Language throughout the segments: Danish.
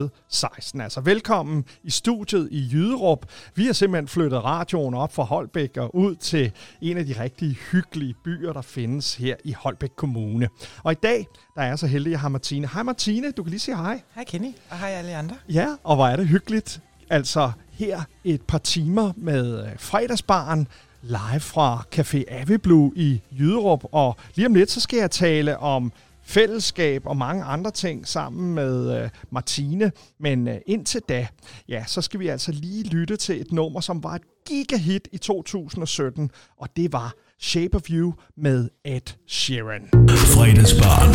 16. Altså velkommen i studiet i Jyderup. Vi har simpelthen flyttet radioen op fra Holbæk og ud til en af de rigtig hyggelige byer, der findes her i Holbæk Kommune. Og i dag, der er jeg så heldig, at jeg har Martine. Hej Martine, du kan lige sige hej. Hej Kenny, og hej alle andre. Ja, og hvor er det hyggeligt. Altså her et par timer med fredagsbaren live fra Café Aviblue i Jyderup. Og lige om lidt, så skal jeg tale om fællesskab og mange andre ting sammen med Martine. Men indtil da, ja, så skal vi altså lige lytte til et nummer, som var et gigahit i 2017, og det var Shape of You med Ed Sheeran. Fredagsbaren.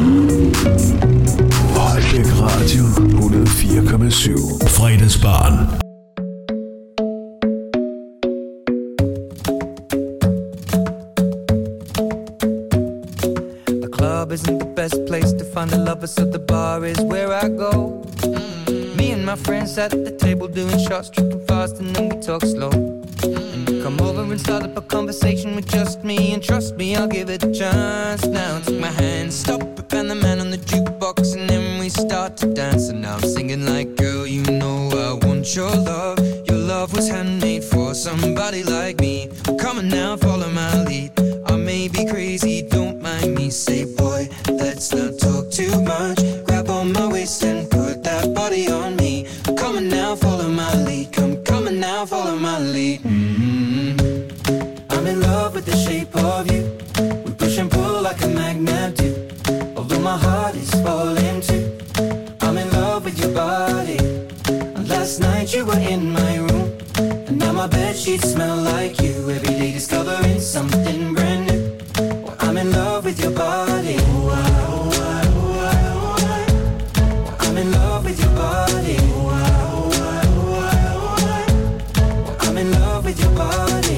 Holbæk Radio 104,7. Fredagsbaren. Isn't the best place to find the lovers, so the bar is where I go. Me and my friends at the table doing shots, tripping fast, and then we talk slow. And you come over and start up a conversation with just me, and trust me, I'll give it a chance. Now take my hand, stop it, and the man on the jukebox, and then we start to dance. And now I'm singing like, girl, you know I want your love. Your love was handmade for somebody like me. Come on now, follow my lead. I may be crazy, don't mind me. Say, boy, let's not talk too much. Grab on my waist and put that body on me. Come on now, follow my lead. Come on now, follow my lead. I'm in love with the shape of you. We push and pull like a magnet do. Although my heart is falling too. I'm in love with your body. And last night you were in my room, and now my bedsheets smell like you. Every day discovering something brand new. I'm in love with your body. I'm in love with your body. I'm in love with your body.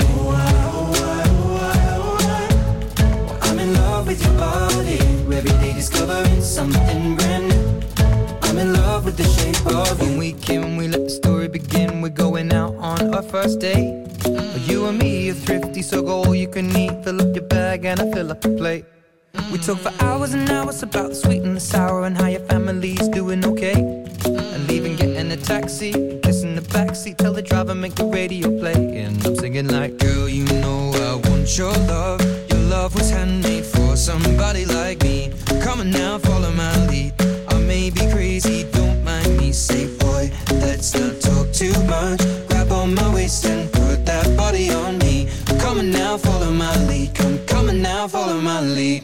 I'm in love with your body. Every day discovering something brand new. I'm in love with the shape of you. When we came, we let the story begin. We're going out on our first date. You and me are thrifty, so go all you can eat. Fill up your bag and I fill up the plate. We talk for hours and hours about the sweet and the sour and how your family's doing okay. And leaving, getting a taxi, kissing the backseat, tell the driver make the radio play. And I'm singing like, girl, you know I want your love. Your love was handmade for somebody like me. Come on now, follow my lead. I may be crazy, don't mind me. Say, boy, let's not talk too much. Grab on my waist and put that body on me. Come on now, follow my lead. Come on now, follow my lead.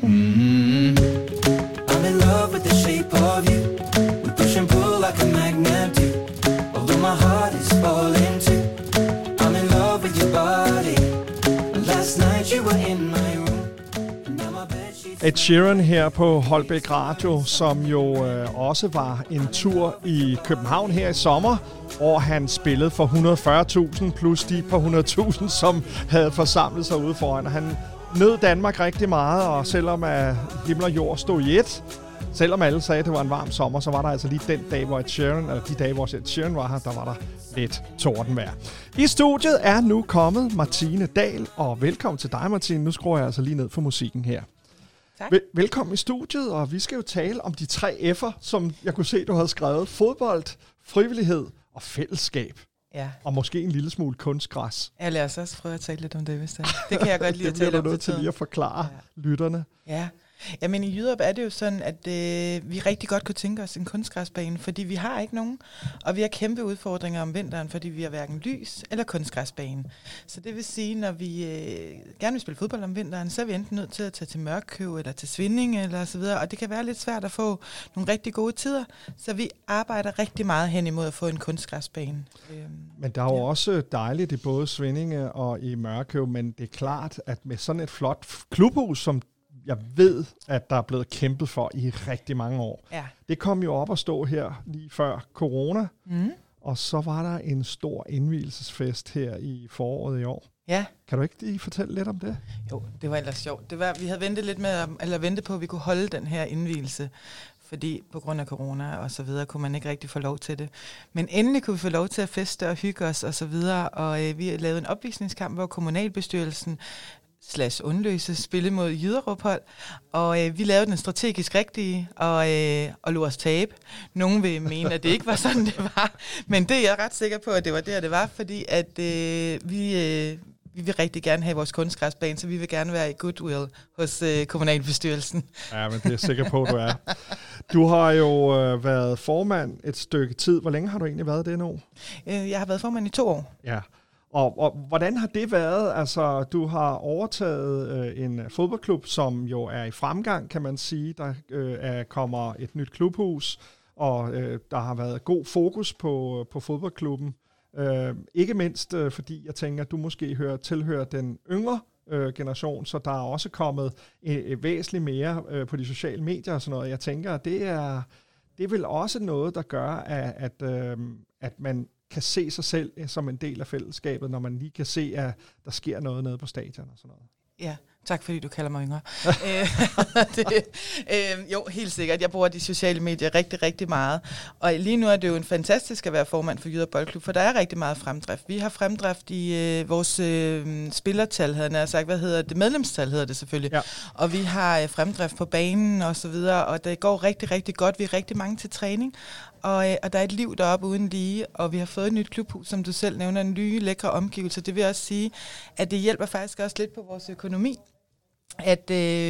I'm in love with the shape of you. We push and pull like a magnet do. Although my heart is falling too. I'm in love with your body. Last night you were in my room. Ed Sheeran her på Holbæk Radio, som jo også var en tur i København her i sommer, og han spillede for 140.000 plus de par 100.000, som havde forsamlet sig ude foran. Han nød Danmark rigtig meget, og selvom himmel og jord stod i et, selvom alle sagde, at det var en varm sommer, så var der altså lige den dag, hvor Ed Sheeran, eller de dage, hvor Ed Sheeran var her, der var der lidt tordenvejr. I studiet er nu kommet Martine Dahl, og velkommen til dig, Martine. Nu skruer jeg altså lige ned for musikken her. Velkommen i studiet, og vi skal jo tale om de 3 F'er, som jeg kunne se, du havde skrevet. Fodbold, frivillighed og fællesskab. Ja. Og måske en lille smule kunstgræs. Jeg lader os også prøve at tale lidt om det, hvis det er. Det kan jeg godt lide at tale om. Det bliver du nødt til lige at forklare lytterne. Ja. Jamen i Jyderup er det jo sådan, at vi rigtig godt kunne tænke os en kunstgræsbane, fordi vi har ikke nogen, og vi har kæmpe udfordringer om vinteren, fordi vi har hverken lys eller kunstgræsbane. Så det vil sige, når vi gerne vil spille fodbold om vinteren, så er vi enten nødt til at tage til Mørkøv eller til Svinding eller så videre, og det kan være lidt svært at få nogle rigtig gode tider, så vi arbejder rigtig meget hen imod at få en kunstgræsbane. Men der er jo også dejligt i både Svindinge og i Mørkøv, men det er klart, at med sådan et flot klubhus, som jeg ved, at der er blevet kæmpet for i rigtig mange år. Ja. Det kom jo op at stå her lige før corona, og så var der en stor indvielsesfest her i foråret i år. Ja. Kan du ikke lige fortælle lidt om det? Jo, det var ellers sjovt. Vi havde ventet på, at vi kunne holde den her indvielse, fordi på grund af corona og så videre, kunne man ikke rigtig få lov til det. Men endelig kunne vi få lov til at feste og hygge os og så videre, og vi lavede en opvisningskamp, hvor kommunalbestyrelsen /undløse spille mod Jyderup-hold, og vi lavede den strategisk rigtige, og lod os tabe. Nogen vil mene, at det ikke var sådan, det var, men det er jeg ret sikker på, at det var det var, fordi at vi vil rigtig gerne have vores kunstgræsbane, så vi vil gerne være i goodwill hos kommunalbestyrelsen. Ja, men det er jeg sikker på, du er. Du har jo været formand et stykke tid. Hvor længe har du egentlig været det nu? Jeg har været formand i 2 år. Ja. Og hvordan har det været? Altså, du har overtaget en fodboldklub, som jo er i fremgang, kan man sige. Der kommer et nyt klubhus, og der har været god fokus på fodboldklubben. Ikke mindst fordi jeg tænker, at du måske tilhører den yngre generation, så der er også kommet væsentligt mere på de sociale medier og sådan noget. Jeg tænker, at det er vel også noget, der gør, at man kan se sig selv som en del af fællesskabet, når man lige kan se, at der sker noget nede på stadion og sådan noget. Ja, tak fordi du kalder mig yngre. Jo, helt sikkert. Jeg bruger de sociale medier rigtig, rigtig meget. Og lige nu er det jo en fantastisk at være formand for Jyder Boldklub, for der er rigtig meget fremdrift. Vi har fremdrift i vores spillertal, havde jeg sagt. Medlemstal hedder det selvfølgelig. Ja. Og vi har fremdrift på banen og så videre, og det går rigtig, rigtig godt. Vi er rigtig mange til træning. Og der er et liv deroppe uden lige, og vi har fået et nyt klubhus, som du selv nævner, en nye lækre omgivelser. Det vil også sige, at det hjælper faktisk også lidt på vores økonomi, at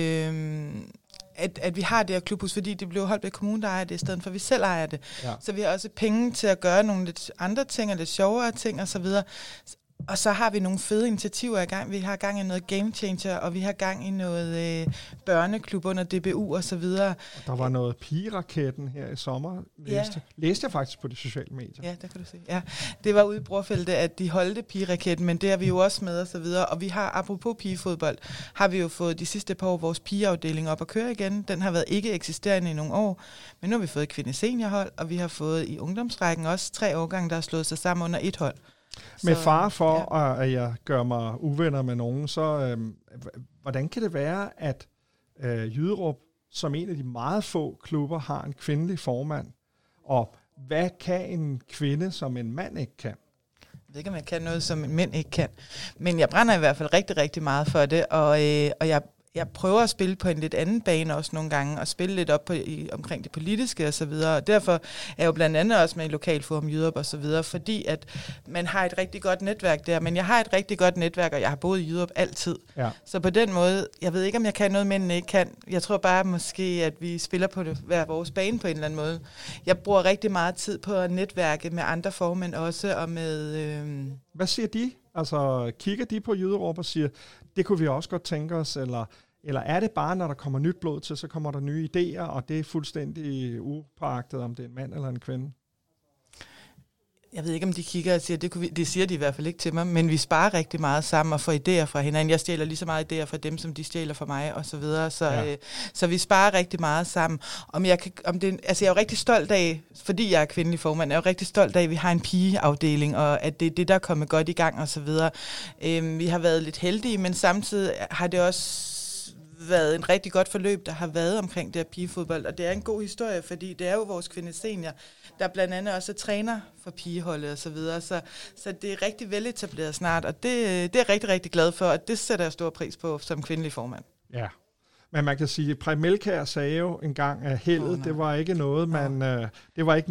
vi har det her klubhus, fordi det blev Holbæk Kommune, der ejer det, i stedet for at vi selv ejer det. Ja. Så vi har også penge til at gøre nogle lidt andre ting, og lidt sjovere ting og så videre. Og så har vi nogle fede initiativer i gang. Vi har gang i noget Game Changer, og vi har gang i noget børneklub under DBU og så videre. Og der var noget pigeraketten her i sommer. Læste jeg faktisk på de sociale medier. Ja, der kan du se. Ja, det var ude i Brorfeltet, at de holdte pigeraketten, men det er vi jo også med og så videre. Og vi har, apropos pigefodbold, har vi jo fået de sidste par år vores pigeafdeling op at køre igen. Den har været ikke eksisterende i nogle år, men nu har vi fået kvindeseniorhold, og vi har fået i ungdomsrækken også 3 årgange, der har slået sig sammen under et hold. Med far for, at jeg gør mig uvenner med nogen, så hvordan kan det være, at Jyderup, som en af de meget få klubber, har en kvindelig formand? Og hvad kan en kvinde, som en mand ikke kan? Jeg ved ikke, om jeg kan noget, som en mænd ikke kan. Men jeg brænder i hvert fald rigtig, rigtig meget for det, og jeg prøver at spille på en lidt anden bane også nogle gange, og spille lidt op omkring det politiske og så videre, og derfor er jeg jo blandt andet også med i Lokalforum Jyderup og så videre, fordi at man har et rigtig godt netværk der, men jeg har et rigtig godt netværk, og jeg har boet i Jyderup altid. Ja. Så på den måde, jeg ved ikke, om jeg kan noget, mændene ikke kan. Jeg tror bare måske, at vi spiller på hver vores bane på en eller anden måde. Jeg bruger rigtig meget tid på at netværke med andre formænd også, og med... Hvad siger de? Altså, kigger de på Jyderup og siger, det kunne vi også godt tænke os, eller er det bare, når der kommer nyt blod til, så kommer der nye idéer, og det er fuldstændig upåagtet, om det er en mand eller en kvinde? Jeg ved ikke, om de kigger og siger, det siger de i hvert fald ikke til mig, men vi sparer rigtig meget sammen og får idéer fra hinanden. Jeg stjæler lige så meget idéer fra dem, som de stjæler fra mig, og så videre. Så vi sparer rigtig meget sammen. Jeg er jo rigtig stolt af, fordi jeg er kvindelig formand, jeg er jo rigtig stolt af, at vi har en pigeafdeling, og at det er det, der er kommet godt i gang, og så videre. Vi har været lidt heldige, men samtidig har det også været en rigtig godt forløb, der har været omkring det her pigefodbold, og det er en god historie, fordi det er jo vores kvindesenior, der blandt andet også er træner for pigeholdet og så videre, så det er rigtig veletableret snart, og det er jeg rigtig, rigtig glad for, og det sætter jeg stor pris på som kvindelig formand. Ja, men man kan sige, at Prej Melkær sagde jo engang, at heldet, det var ikke noget, det var ikke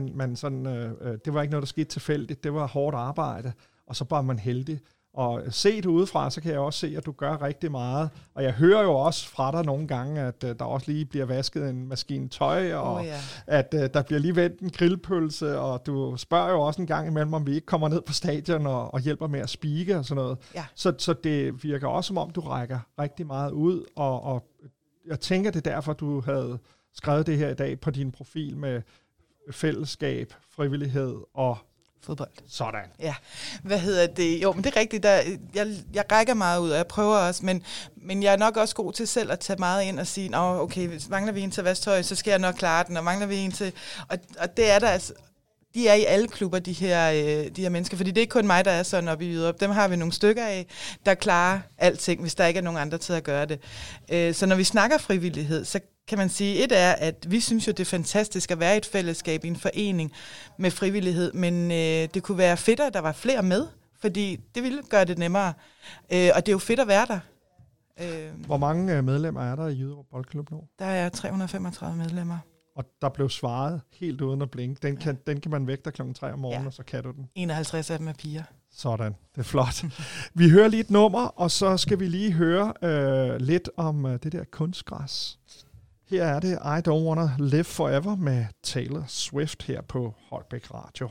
noget, der skete tilfældigt, det var hårdt arbejde, og så var man heldig. Og set udefra, så kan jeg også se, at du gør rigtig meget. Og jeg hører jo også fra dig nogle gange, at der også lige bliver vasket en maskine tøj, og at der bliver lige vendt en grillpølse, og du spørger jo også en gang imellem, om vi ikke kommer ned på stadion og hjælper med at speake og sådan noget. Ja. Så det virker også, som om du rækker rigtig meget ud, og jeg tænker, det er derfor, du havde skrevet det her i dag på din profil med fællesskab, frivillighed og fodbold. Sådan. Ja. Hvad hedder det? Jo, men det er rigtigt. Jeg rækker meget ud, og jeg prøver også, men jeg er nok også god til selv at tage meget ind og sige, okay, hvis mangler vi en til vasktøj, så skal jeg nok klare den, og mangler vi en til... Og det er der altså... De er i alle klubber, de her mennesker, fordi det er ikke kun mig, der er sådan oppe i Jyderup. Dem har vi nogle stykker af, der klarer alting, hvis der ikke er nogen andre til at gøre det. Så når vi snakker frivillighed, så kan man sige, et er, at vi synes jo, det er fantastisk at være i et fællesskab, i en forening med frivillighed, men det kunne være fedt, at der var flere med, fordi det ville gøre det nemmere. Og det er jo fedt at være der. Hvor mange medlemmer er der i Jyderup Boldklub nu? Der er 335 medlemmer. Og der blev svaret helt uden at blinke. Den kan man vække dig klokken 3 om morgenen, og så kan du den. 51 af dem er piger. Sådan, det er flot. Vi hører lige et nummer, og så skal vi lige høre lidt om det der kunstgræs. Her er det I Don't Wanna Live Forever med Taylor Swift her på Holbæk Radio.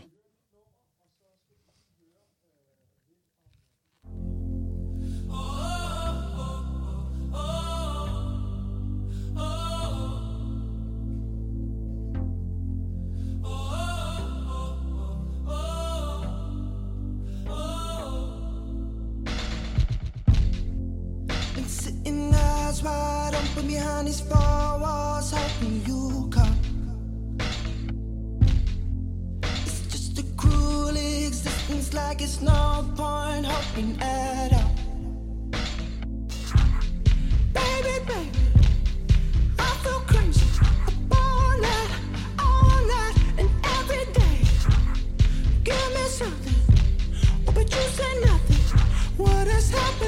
Wide open behind these four walls, hoping you come. It's just a cruel existence, like it's no point hoping at all. Baby, baby, I feel crazy all night and every day. Give me something, oh, but you say nothing. What is happening?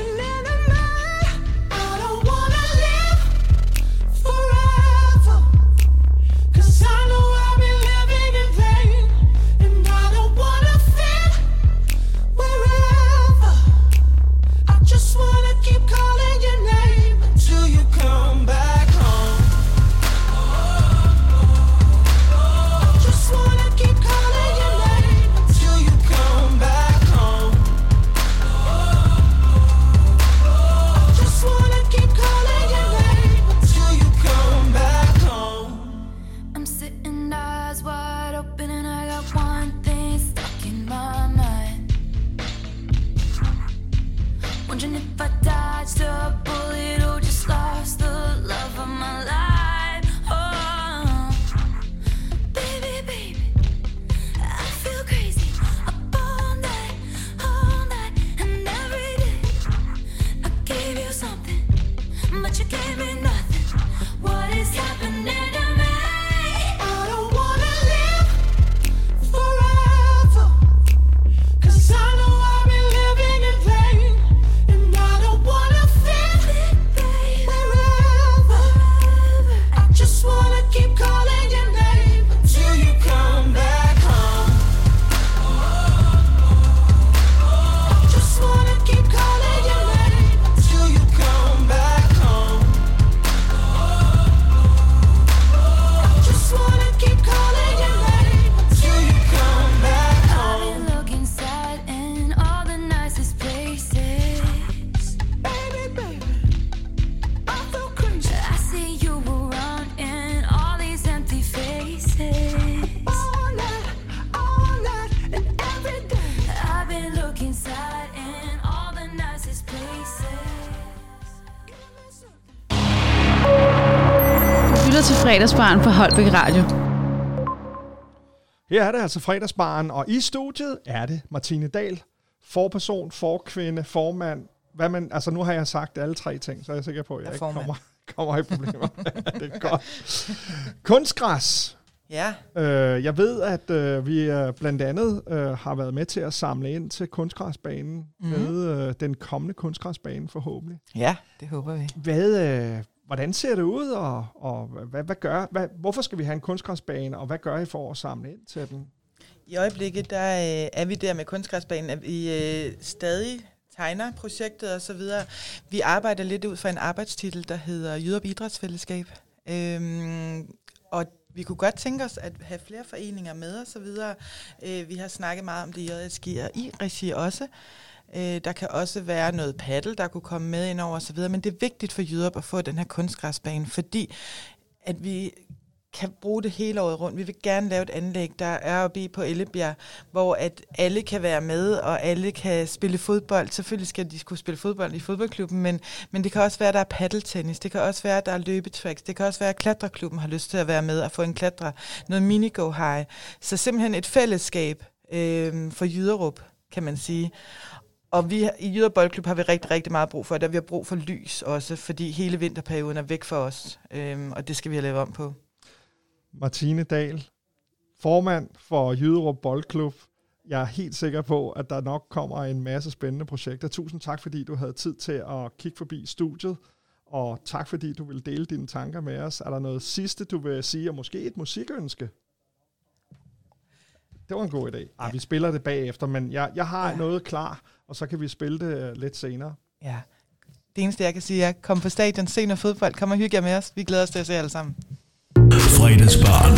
Fredagsbaren på Holbæk Radio. Her er det altså Fredagsbaren, og i studiet er det Martine Dahl, forperson, forkvinde, formand. Hvad man, altså nu har jeg sagt alle 3 ting, så er jeg sikker på, at jeg ikke kommer i problemer. Det er godt. Kunstgræs. Ja. Jeg ved, at vi blandt andet har været med til at samle ind til kunstgræsbanen med den kommende kunstgræsbane forhåbentlig. Ja, det håber vi. Hvordan ser det ud, og hvorfor skal vi have en kunstgræsbane, og hvad gør I for at samle ind til den? I øjeblikket der er vi der med kunstgræsbanen, at vi stadig tegner projektet og så videre. Vi arbejder lidt ud fra en arbejdstitel, der hedder Jyderup Idrætsfællesskab. Og vi kunne godt tænke os at have flere foreninger med og så videre. Vi har snakket meget om det i JSG og i regi også. Der kan også være noget paddle, der kunne komme med ind over og så videre, men det er vigtigt for Jyderup at få den her kunstgræsbane, fordi at vi kan bruge det hele året rundt. Vi vil gerne lave et anlæg, der er oppe på Ellebjerg, hvor at alle kan være med, og alle kan spille fodbold. Selvfølgelig skal de kunne spille fodbold i fodboldklubben, men det kan også være, at der er paddeltennis, det kan også være, at der er løbetracks, det kan også være, at klatreklubben har lyst til at være med og få en klatre, noget mini-go-high. Så simpelthen et fællesskab for Jyderup, kan man sige. Og vi i Jyderup Boldklub har vi rigtig, rigtig meget brug for det, og vi har brug for lys også, fordi hele vinterperioden er væk for os, og det skal vi have lavet om på. Martine Dahl, formand for Jyderup Boldklub. jeg er helt sikker på, at der nok kommer en masse spændende projekter. Tusind tak, fordi du havde tid til at kigge forbi studiet, og tak, fordi du vil dele dine tanker med os. Er der noget sidste, du vil sige, og måske et musikønske? Det var en god idé. Vi spiller det bagefter, men jeg har noget klar, og så kan vi spille det lidt senere. Ja. Det eneste, jeg kan sige, er, kom på stadion, se noget fodbold, kom og hygge jer med os. Vi glæder os til at se alle sammen. Fredagsbarn.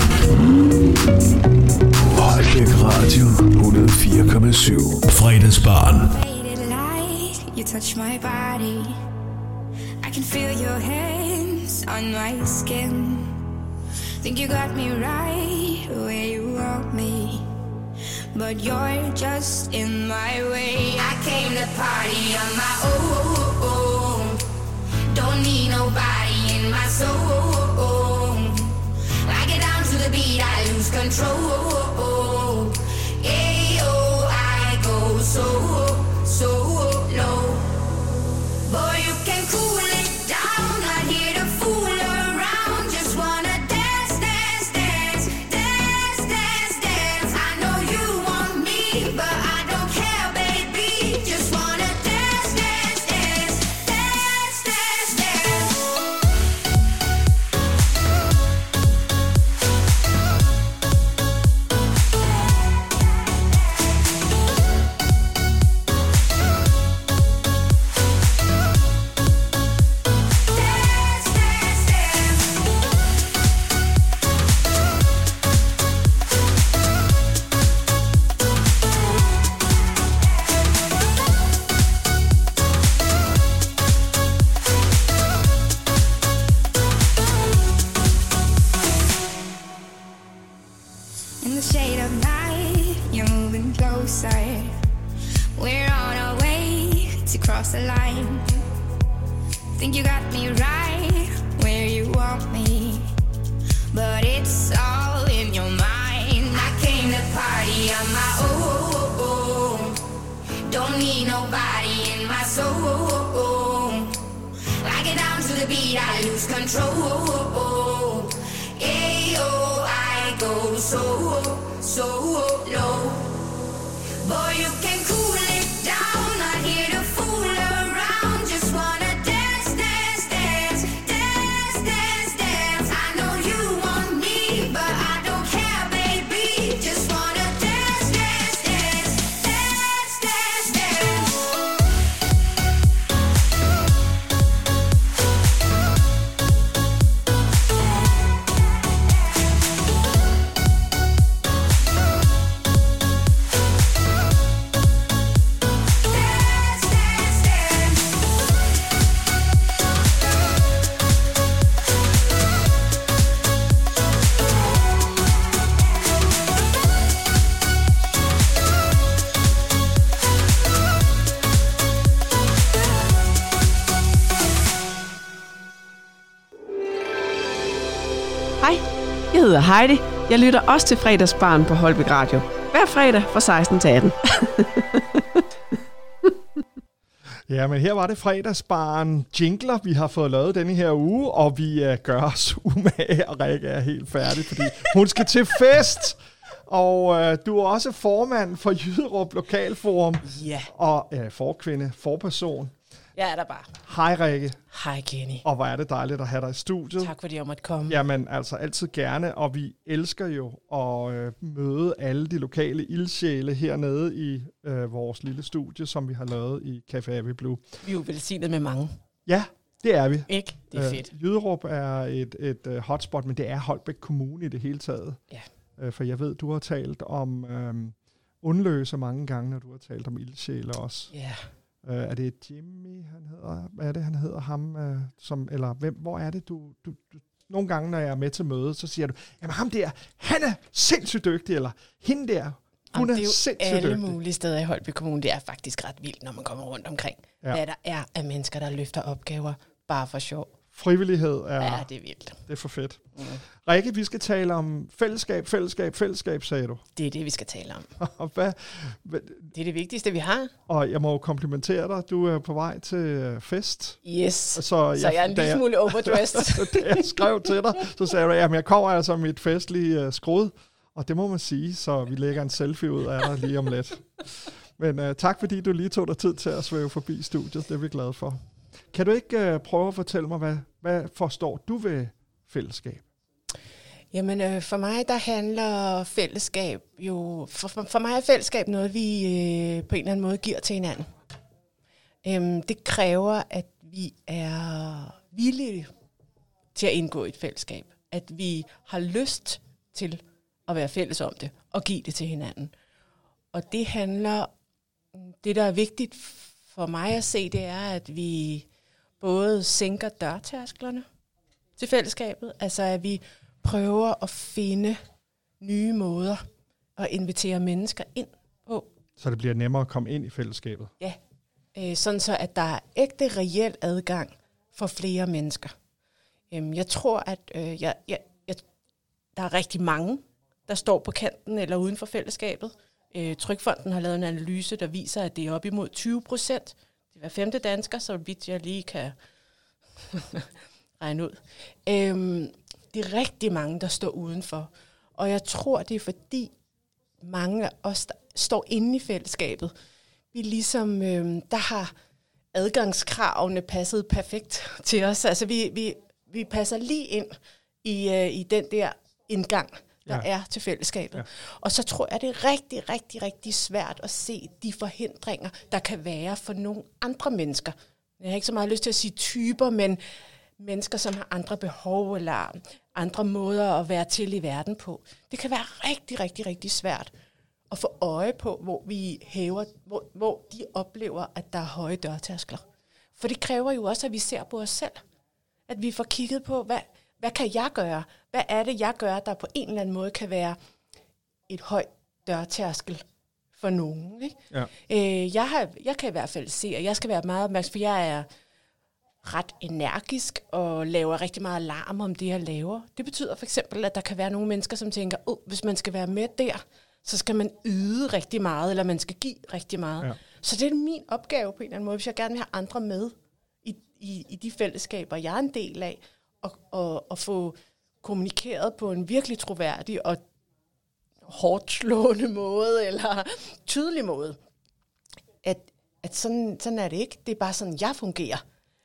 Holbæk Radio 104,7. Fredagsbarn. Faded light, you touch my body. I can feel your hands on my skin. Think you got me right where you want me, but you're just in my way. I came to party on my own. Don't need nobody in my soul. I get down to the beat, I lose control. Ayo, I go so low. Boy, you can cool it down. Not here to fool around. Just wanna dance, dance, dance, dance, dance, dance. I know you want me, but I don't care, baby. Just wanna dance, dance, dance, dance, dance, dance. In the shade of night, you're moving closer. We're on our way to cross the line. Think you got me right where you want me, but it's all in your mind. I came to party on my own. Don't need nobody in my soul. I get down to the beat, I lose control. Ayo, I go so low. Boy, you can cool it down. Not here to fool around. Just wanna dance, dance, dance, dance, dance, dance. I know you want me, but I don't care, baby. Just wanna dance, dance, dance, dance, dance, dance. Hej, jeg hedder Heidi. Jeg lytter også til Fredagsbarn på Holbæk Radio. Hver fredag fra 16 til 18. Ja, men her var det fredagsbarn jingler, vi har fået lavet denne her uge, og vi gør os umage, og Rikke er helt færdig, fordi hun skal til fest. Og du er også formand for Jyderup Lokalforum, Ja, og forkvinde, forperson. jeg er der bare. Hej Rikke, Hej Kenny. og hvor er det dejligt at have dig i studiet. Tak fordi jeg måtte komme. Jamen altså altid gerne, og vi elsker jo at møde alle de lokale ildsjæle hernede i vores lille studie, som vi har lavet i Café Abbey Blue. Vi er jo velsignet med mange. Ja, det er vi. Ikke? Det er fedt. Jyderup er et hotspot, men det er Holbæk Kommune i det hele taget. Ja. For jeg ved, du har talt om undløse mange gange, når du har talt om ildsjæle også. Ja. Er det Jimmy, han hedder? Hvad er det, han hedder ham? Eller hvem? Hvor er det, du nogle gange, når jeg er med til møde, så siger du, jamen ham der, han er sindssygt dygtig, eller hende der, hun er sindssygt dygtig. Det er jo alle mulige steder i Holbæk Kommune. Det er faktisk ret vildt, når man kommer rundt omkring. Ja. Hvad der er af mennesker, der løfter opgaver bare for sjov. Frivillighed er, Ja, det er vildt. det er for fedt. Rikke, vi skal tale om fællesskab, sagde du. Det er det, vi skal tale om. Og hvad, Det er det vigtigste, vi har. og jeg må jo komplimentere dig, du er på vej til fest. Yes. Så Så jeg er en lille smule overdressed. Da jeg skrev til dig, så sagde du, at jeg kommer altså med et festligt skrud. Og det må man sige, så vi lægger en selfie ud af dig lige om lidt. Men tak fordi du lige tog dig tid til at svæve forbi studiet. Det er vi glade for. Kan du ikke prøve at fortælle mig, hvad forstår du ved fællesskab? Jamen, for mig der handler fællesskab jo... For mig er fællesskab noget, vi på en eller anden måde giver til hinanden. Det kræver, at vi er villige til at indgå i et fællesskab. At vi har lyst til at være fælles om det og give det til hinanden. Og det handler... Det, der er vigtigt for mig at se, det er, at vi både sænker dørtærsklerne til fællesskabet, altså at vi prøver at finde nye måder at invitere mennesker ind på. Så det bliver nemmere at komme ind i fællesskabet? Ja, sådan så at der er ægte reel adgang for flere mennesker. Jeg tror, at der er rigtig mange, der står på kanten eller uden for fællesskabet. Trygfonden har lavet en analyse, der viser, at det er op imod 20%. Det er hver 5. dansker, så vidt jeg lige kan regne ud. Det er rigtig mange, der står udenfor. Og jeg tror, det er fordi mange af os, der står inde i fællesskabet, vi ligesom, der har adgangskravene passet perfekt til os. Altså vi passer lige ind i den der indgang, der er til fællesskabet. Ja. Og så tror jeg, det er rigtig, rigtig, rigtig svært at se de forhindringer, der kan være for nogle andre mennesker. Jeg har ikke så meget lyst til at sige typer, men mennesker, som har andre behov eller andre måder at være til i verden på. Det kan være rigtig, rigtig, rigtig svært at få øje på, hvor de oplever, at der er høje dørtærskler. For det kræver jo også, at vi ser på os selv. At vi får kigget på, hvad kan jeg gøre? Hvad er det, jeg gør, der på en eller anden måde kan være et højt dørtærskel for nogen? Ikke? Ja. Jeg kan i hvert fald se, at jeg skal være meget opmærksom, for jeg er ret energisk og laver rigtig meget larm om det, jeg laver. Det betyder for eksempel, at der kan være nogle mennesker, som tænker, hvis man skal være med der, så skal man yde rigtig meget, eller man skal give rigtig meget. Ja. Så det er min opgave på en eller anden måde, hvis jeg gerne vil have andre med i de fællesskaber, jeg er en del af, og få kommunikeret på en virkelig troværdig og hårdt slående måde, eller tydelig måde. At sådan er det ikke. Det er bare sådan, jeg fungerer.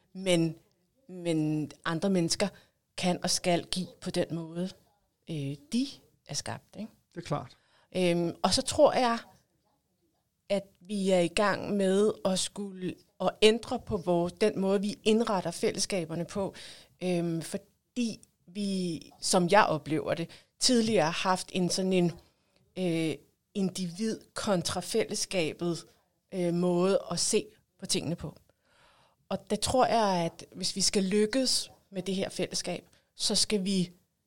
Men andre mennesker kan og skal give på den måde, de er skabt. Ikke? Det er klart. Og så tror jeg, at vi er i gang med at ændre på den måde, vi indretter fællesskaberne på, fordi vi, som jeg oplever det, tidligere har haft en individ kontra fællesskabet måde at se på tingene på. Og der tror jeg, at hvis vi skal lykkes med det her fællesskab, så skal vi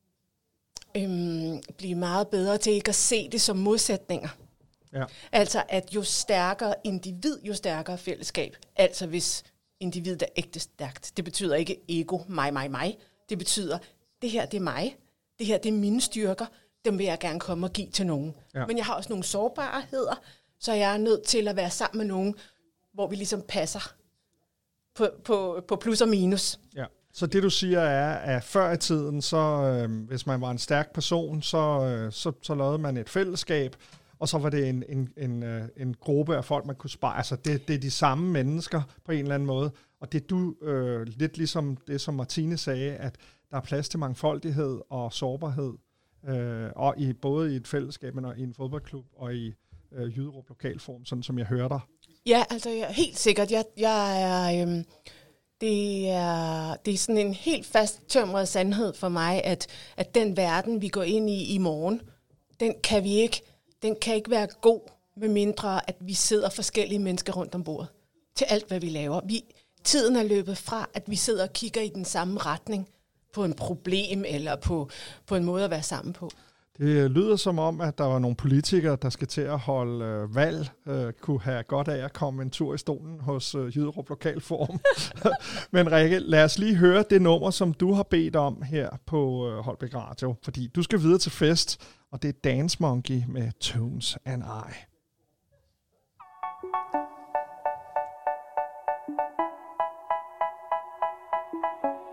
blive meget bedre til ikke at se det som modsætninger. Ja. Altså at jo stærkere individ, jo stærkere fællesskab. Altså hvis individet er ægte stærkt. Det betyder ikke ego, mig. Det betyder, det her det er mig. Det her det er mine styrker. Dem vil jeg gerne komme og give til nogen. Ja. Men jeg har også nogle sårbarheder, så jeg er nødt til at være sammen med nogen, hvor vi ligesom passer på plus og minus. Ja. Så det du siger er, at før i tiden, så hvis man var en stærk person, så lavede man et fællesskab, og så var det en gruppe af folk, man kunne spare. Altså det er de samme mennesker på en eller anden måde. Og det du, lidt ligesom det, som Martine sagde, at der er plads til mangfoldighed og sårbarhed, og både i et fællesskab, men også i en fodboldklub og i Jyderup Lokalforum, sådan som jeg hører dig. Ja, altså helt sikkert. Jeg er... Det er sådan en helt fasttømret sandhed for mig, at den verden, vi går ind i morgen, den kan ikke være god, med mindre at vi sidder forskellige mennesker rundt om bordet til alt, hvad vi laver. Tiden er løbet fra, at vi sidder og kigger i den samme retning på en problem eller på en måde at være sammen på. Det lyder som om, at der var nogle politikere, der skal til at holde valg, kunne have godt af at komme en tur i stolen hos Jyderup Lokalforum. Men Rikke, lad os lige høre det nummer, som du har bedt om her på Holbæk Radio, fordi du skal videre til fest, og det er Dance Monkey med Tones and I.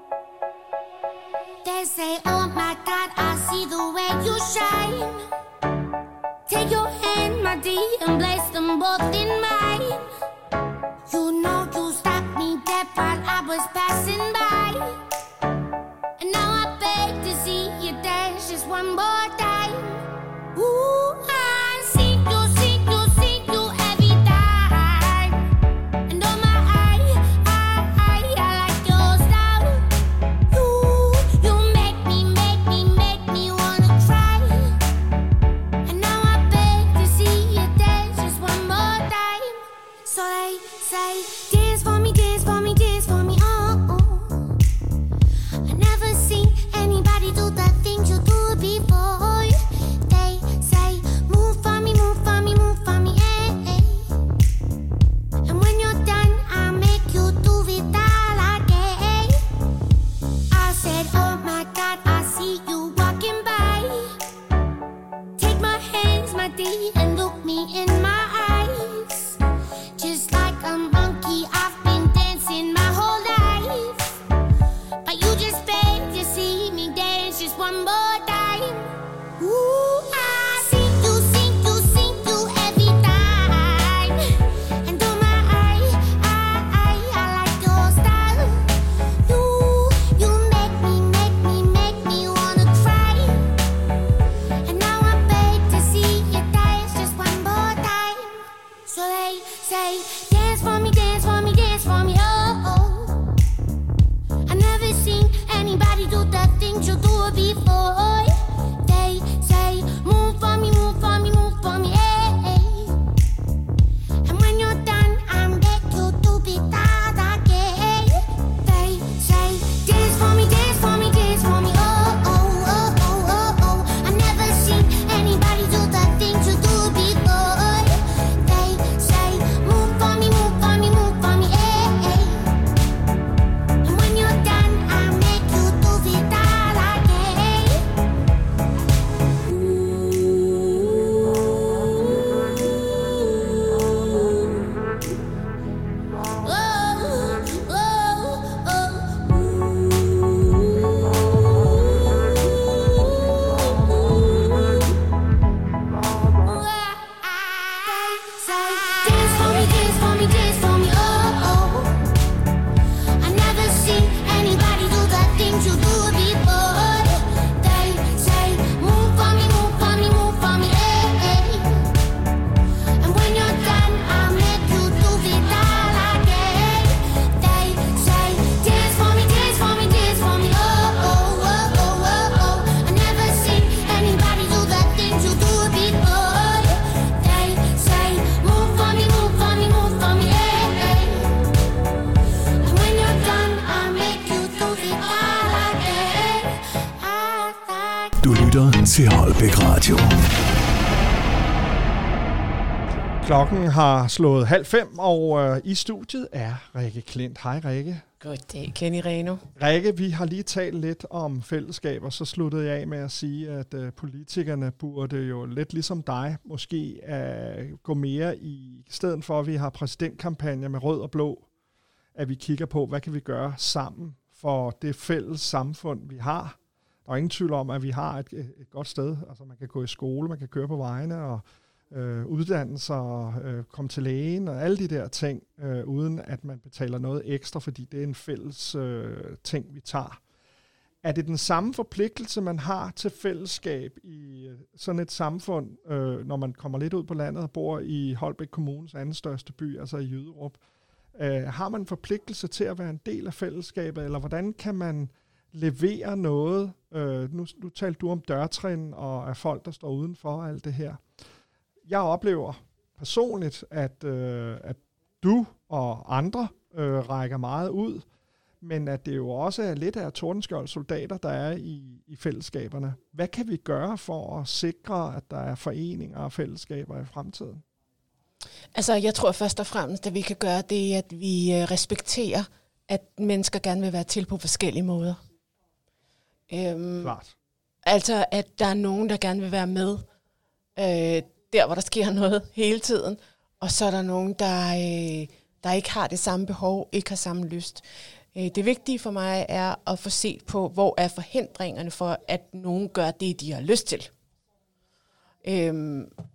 They say, oh my God, I see the way you shine. D and place them both in mine. You know you stopped me dead while I was passing by. And now I beg to see you dance just one more time. Ooh, I see you every time. And oh my, I like your style. You make me wanna cry. And now I beg to see you dance just one more time. So they say, dance for me, dance for me, dance for me, oh, oh. I never seen anybody do the things you do before. They say, move for me, move for me, move for me, eh, eh. And when you're done, I'll make you do it all again. I said, oh my God, I see you walking by. Take my hands, my D, and look me in my eyes. Just like a monkey, I've been dancing my whole life. But you just beg to see me dance just one more time. Ooh, I see you every time. And oh my, I like your style. You make me wanna cry. And now I beg to see you dance just one more time. So they say, dance for me, dance for me, dance for me, oh, oh. I never seen anybody do the things you do before. They say, move for me, move for me, move for me, eh, eh. And when you're done, I'll make you do it all again. They say, dance for me, dance for me, dance for me, oh, oh, oh, oh, oh, oh. I never seen anybody do the things you do before. They say, move for me, move for me, move for me, eh, eh. And when you're done, I'll make you do it all again. Dance for me, dance for me, dance for me, oh, oh. I never seen anybody do the things you do before. They say, move for me, move for me, move for me, eh, eh. And when you're done, I'll make you do it all again. They say, dance for me, dance for me, dance for me, oh, oh, oh, oh, oh, oh. I never seen anybody do the things you do before. They say, move for me, move for me, move for me, eh, eh. And when you're done, I'll make you do it all again. Du lytter til Holbæk Radio. Klokken har slået 4:30, og i studiet er Rikke Klint. Hej Rikke. Goddag, Kenny Reno. Rikke, vi har lige talt lidt om fællesskab, og så sluttede jeg af med at sige, at politikerne burde jo lidt ligesom dig måske gå mere i stedet for, at vi har præsidentkampagner med rød og blå, at vi kigger på, hvad kan vi gøre sammen for det fælles samfund, vi har. Der er ingen tvivl om, at vi har et godt sted. Altså man kan gå i skole, man kan køre på vejene og uddannelser, komme til lægen og alle de der ting, uden at man betaler noget ekstra, fordi det er en fælles ting, vi tager. Er det den samme forpligtelse, man har til fællesskab i sådan et samfund, når man kommer lidt ud på landet og bor i Holbæk Kommunes anden største by, altså i Jyderup? Har man en forpligtelse til at være en del af fællesskabet, eller hvordan kan man levere noget? Nu talte du om dørtrin og af folk, der står udenfor og alt det her. Jeg oplever personligt, at du og andre rækker meget ud, men at det jo også er lidt af Tordenskjolds soldater, der er i fællesskaberne. Hvad kan vi gøre for at sikre, at der er foreninger og fællesskaber i fremtiden? Altså, jeg tror først og fremmest, at vi kan gøre det, at vi respekterer, at mennesker gerne vil være til på forskellige måder. Klart. Altså, at der er nogen, der gerne vil være med, der hvor der sker noget hele tiden, og så er der nogen, der ikke har det samme behov, ikke har samme lyst. Det vigtige for mig er at få set på, hvor er forhindringerne for, at nogen gør det, de har lyst til.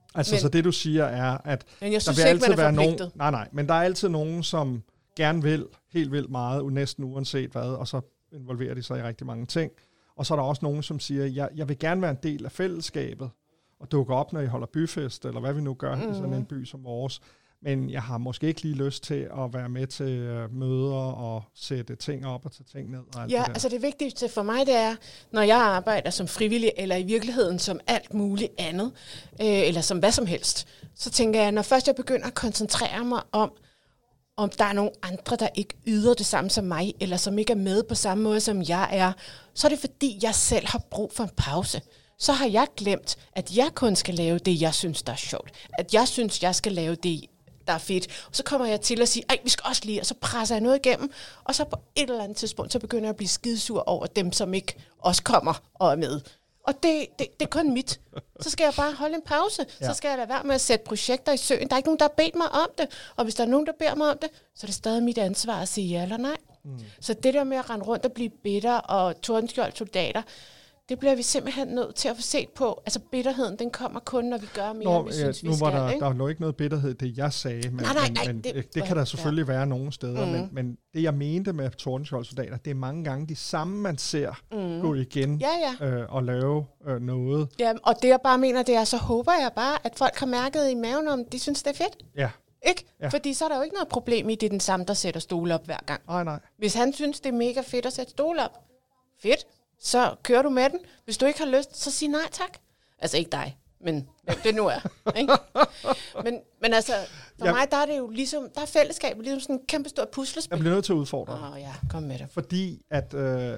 Altså, så det du siger er, at men jeg synes der vil ikke, altid man er være forpligtet. nogen... Men der er altid nogen, som gerne vil helt vildt meget, næsten uanset hvad, og så involverer de sig i rigtig mange ting. Og så er der også nogen, som siger, jeg vil gerne være en del af fællesskabet, og dukke op, når I holder byfest, eller hvad vi nu gør i sådan en by som vores. Men jeg har måske ikke lige lyst til at være med til møder og sætte ting op og tage ting ned. Og alt Ja, det der. altså det vigtigste for mig, det er, når jeg arbejder som frivillig, eller i virkeligheden som alt muligt andet, eller som hvad som helst, så tænker jeg, når først jeg begynder at koncentrere mig om der er nogle andre, der ikke yder det samme som mig, eller som ikke er med på samme måde, som jeg er, så er det fordi, jeg selv har brug for en pause. Så har jeg glemt, at jeg kun skal lave det, jeg synes, der er sjovt. At jeg synes, jeg skal lave det, der er fedt. Og så kommer jeg til at sige, vi skal også lige, og så presser jeg noget igennem, og så på et eller andet tidspunkt, så begynder jeg at blive skidesur over dem, som ikke også kommer og er med. Og det er kun mit. Så skal jeg bare holde en pause. Ja. Så skal jeg lade være med at sætte projekter i søen. Der er ikke nogen, der har bedt mig om det. Og hvis der er nogen, der beder mig om det, så er det stadig mit ansvar at sige ja eller nej. Så det der med at rende rundt og blive bitter og tordenskjold soldater, det bliver vi simpelthen nødt til at få set på. Altså bitterheden, den kommer kun, når vi gør mere, end vi synes, vi skal. Der lå ikke noget bitterhed, det jeg sagde, men, men det kan der selvfølgelig være nogle steder. Men det, jeg mente med tordenskjoldsoldater, det er mange gange de samme, man ser gå igen og lave noget. Ja, og det jeg bare mener, det er, så håber jeg bare, at folk har mærket i maven, om de synes, det er fedt. Ja. Ikke? Ja. Fordi så er der jo ikke noget problem i, det er den samme, der sætter stole op hver gang. Nej. Hvis han synes, det er mega fedt at sætte stole op, fedt, så kører du med den. Hvis du ikke har lyst, så sig nej tak. Altså ikke dig, men det nu er. Ikke? Men altså, for mig, der er det jo ligesom, der er fællesskab, ligesom sådan en kæmpe stor puslespil. Jeg bliver nødt til at udfordre. Ja, kom med det. Fordi at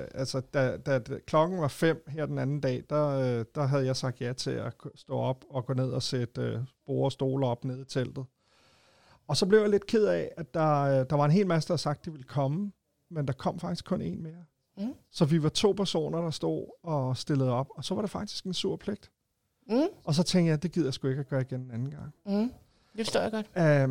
da klokken var 5 her den anden dag, der havde jeg sagt ja til at stå op og gå ned og sætte borde og stole op nede i teltet. Og så blev jeg lidt ked af, at der var en hel masse, der havde sagt, at de ville komme, men der kom faktisk kun en mere. Så vi var 2 personer, der stod og stillede op, og så var det faktisk en sur pligt. Og så tænkte jeg, det gider jeg sgu ikke at gøre igen en anden gang. Det forstår jeg godt.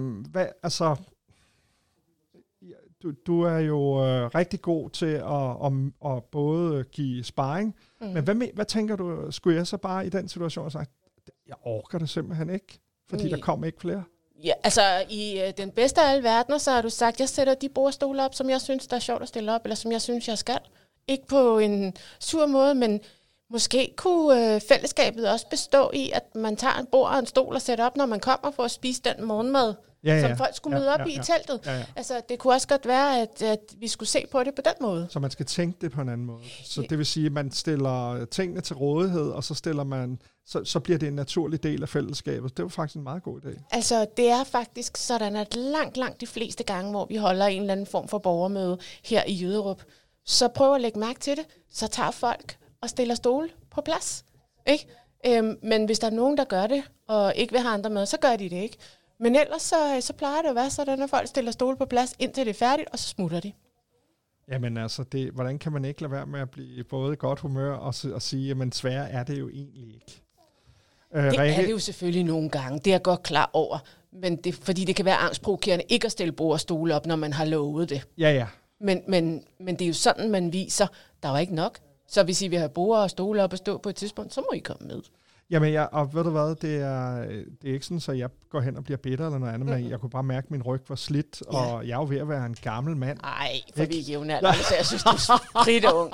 Du er jo rigtig god til at både give sparring, men hvad tænker du, skulle jeg så bare i den situation have sagt, jeg orker det simpelthen ikke, fordi der kom ikke flere? Ja, altså i den bedste af alle verdener, så har du sagt, jeg sætter de bordstole op, som jeg synes, der er sjovt at stille op, eller som jeg synes, jeg skal. Ikke på en sur måde, men måske kunne fællesskabet også bestå i, at man tager en bord og en stol og sætter op, når man kommer for at spise den morgenmad, som folk skulle møde op i teltet. Ja. Altså, det kunne også godt være, at vi skulle se på det på den måde. Så man skal tænke det på en anden måde. Så det vil sige, at man stiller tingene til rådighed, og så stiller man, så bliver det en naturlig del af fællesskabet. Det var faktisk en meget god idé. Altså, det er faktisk sådan, at langt de fleste gange, hvor vi holder en eller anden form for borgermøde her i Jyderup, så prøv at lægge mærke til det, så tager folk og stiller stole på plads. Ikke? Men hvis der er nogen, der gør det, og ikke vil have andre med, så gør de det ikke. Men ellers så plejer det at være sådan, at folk stiller stole på plads, indtil det er færdigt, og så smutter de. Jamen altså, hvordan kan man ikke lade være med at blive både i godt humør og sige, men sværere er det jo egentlig ikke. Det er det jo selvfølgelig nogle gange, det er jeg godt klar over. Men fordi det kan være angstprovokerende ikke at stille bord og stole op, når man har lovet det. Ja. Men det er jo sådan, man viser, der var ikke nok. Så hvis I vil have bord og stole op og stå på et tidspunkt, så må I komme med. Jamen, og ved du hvad, det er ikke sådan, så jeg går hen og bliver bitter eller noget andet, men jeg kunne bare mærke, at min ryg var slidt, og jeg er jo ved at være en gammel mand. Nej, for vi er jævnaldrende, så jeg synes, du er rigtig ung.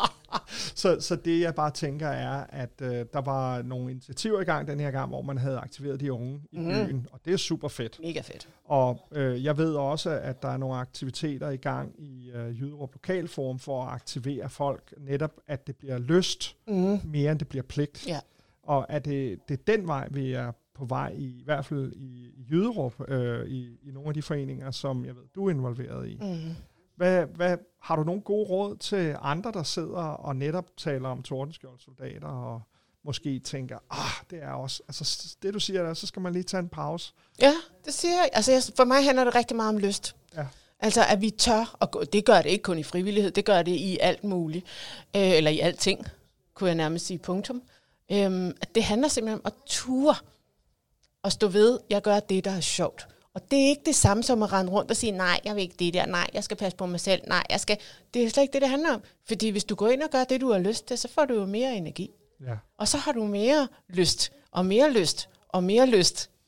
Så det, jeg bare tænker, er, at der var nogle initiativer i gang den her gang, hvor man havde aktiveret de unge i byen, og det er super fedt. Mega fedt. Og jeg ved også, at der er nogle aktiviteter i gang i Jyderup Lokalforum for at aktivere folk, netop at det bliver lyst mere, end det bliver pligt. Ja. Og at det er den vej, vi er på vej i hvert fald i Jyderup, i nogle af de foreninger, som jeg ved, du er involveret i. Hvad har du nogle gode råd til andre, der sidder og netop taler om tordenskjoldsoldater, og måske tænker, det er også, altså det du siger der, så skal man lige tage en pause. Ja, det siger jeg. Altså for mig handler det rigtig meget om lyst. Ja. Altså at vi tør, og det gør det ikke kun i frivillighed, det gør det i alt muligt, eller i alting, kunne jeg nærmest sige punktum. At det handler simpelthen om at ture og stå ved, jeg gør det, der er sjovt. Og det er ikke det samme som at rende rundt og sige, nej, jeg vil ikke det der, nej, jeg skal passe på mig selv, nej, jeg skal... Det er slet ikke det handler om. Fordi hvis du går ind og gør det, du har lyst til, så får du jo mere energi. Ja. Og så har du mere lyst, og mere lyst, og mere lyst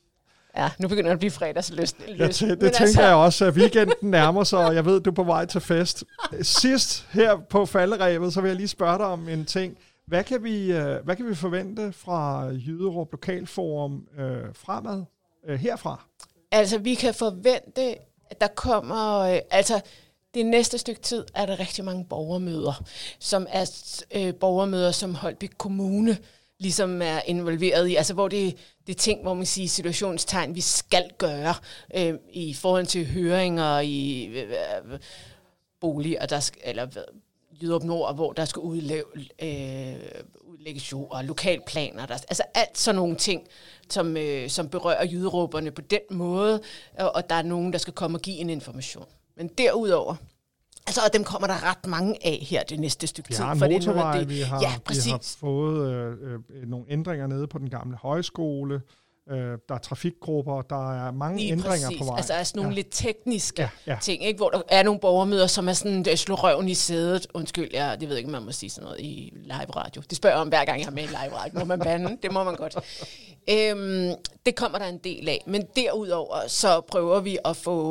Ja, nu begynder det at blive fredagslyst. Det tænker jeg også, at weekenden nærmer sig, og jeg ved, du er på vej til fest. Sidst her på falderevet, så vil jeg lige spørge dig om en ting. Hvad kan vi forvente fra Jyderup Lokalforum fremad herfra? Altså, vi kan forvente, at der kommer... det næste stykke tid er der rigtig mange borgermøder, som er borgermøder, som Holbæk Kommune ligesom er involveret i. Altså, hvor det er ting, hvor man siger situationstegn, vi skal gøre i forhold til høringer i boliger, eller Jyderup Nord, hvor der skal udlægges jord og lokalplaner. Altså alt sådan nogle ting, som berører jyderuperne på den måde, og der er nogen, der skal komme og give en information. Men derudover, og dem kommer der ret mange af her det næste stykke tid. Vi har en motorvej, vi har fået nogle ændringer nede på den gamle højskole, der er trafikgrupper, der er mange ændringer på vej. Altså er sådan nogle lidt tekniske ting, ikke? Hvor der er nogle borgermøder, som er sådan, slå røven i sædet. Undskyld, det ved ikke, om man må sige sådan noget i live radio. Det spørger jeg om hver gang, jeg har med i live radio. Må man bande? Det må man godt. Det kommer der en del af. Men derudover, så prøver vi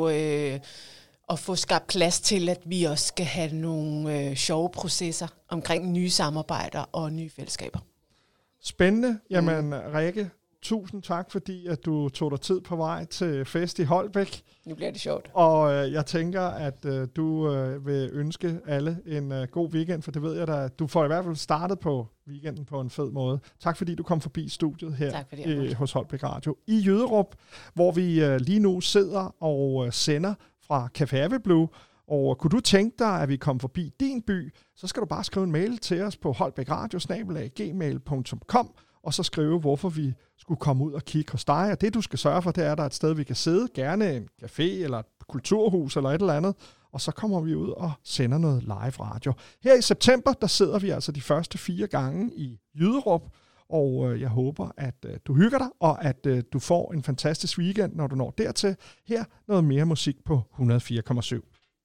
at få skabt plads til, at vi også skal have nogle sjove processer omkring nye samarbejder og nye fællesskaber. Spændende. Jamen, Rikke, tusind tak, fordi at du tog dig tid på vej til fest i Holbæk. Nu bliver det sjovt. Og jeg tænker, at du vil ønske alle en god weekend, for det ved jeg da. Du får i hvert fald startet på weekenden på en fed måde. Tak fordi du kom forbi studiet her hos Holbæk Radio i Jyderup, hvor vi lige nu sidder og sender fra Café Aveblue. Og kunne du tænke dig, at vi kommer forbi din by, så skal du bare skrive en mail til os på holbækradio@gmail.com, og så skrive, hvorfor vi skulle komme ud og kigge hos dig. Og det, du skal sørge for, det er, at der er et sted, vi kan sidde. Gerne en café eller et kulturhus eller et eller andet. Og så kommer vi ud og sender noget live radio. Her i september, der sidder vi altså de første 4 gange i Jyderup. Og jeg håber, at du hygger dig, og at du får en fantastisk weekend, når du når dertil. Her noget mere musik på 104,7.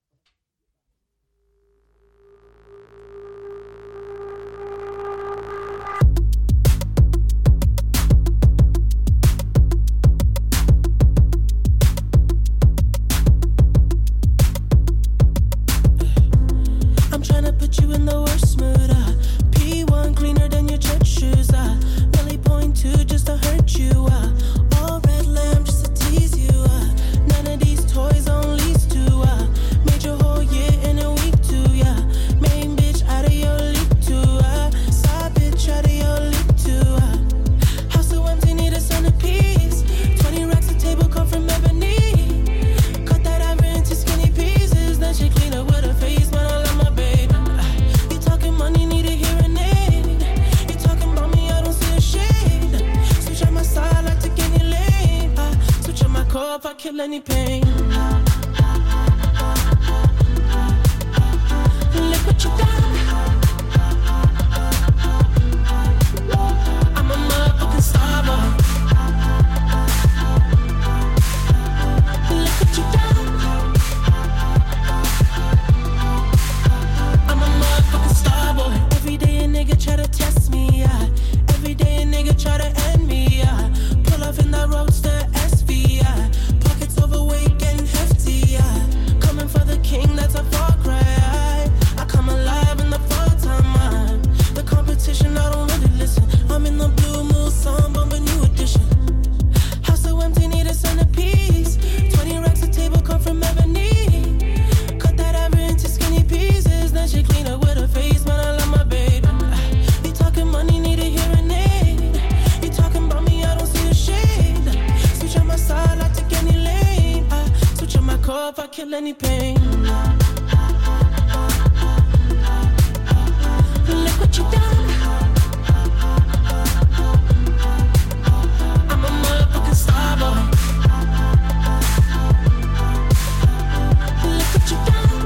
Kill any pain. Look what you done. I'm a motherfucking star boy. Look what you done. I'm a motherfucking star boy. Every day a nigga try to test me, yeah. Every day a nigga try to end me, yeah. Pull off in that roadster SV, yeah. Overweight, getting hefty, yeah. Coming for the king, that's a far cry. I come alive in the fall time, the competition, I don't really listen. I'm in the blue moon, song, bomb a new edition. House so empty, need a centerpiece. 20 racks of table come from ebony. Cut that ever into skinny pieces. Then she clean up with her face, man, I love my baby. You talking money, need a hearing aid. You talking about me, I don't see a shade. Switch on my side, I take any lane. Switch on my car if I kill any pain. Look what you done. I'm a motherfucking star boy. Look what you done.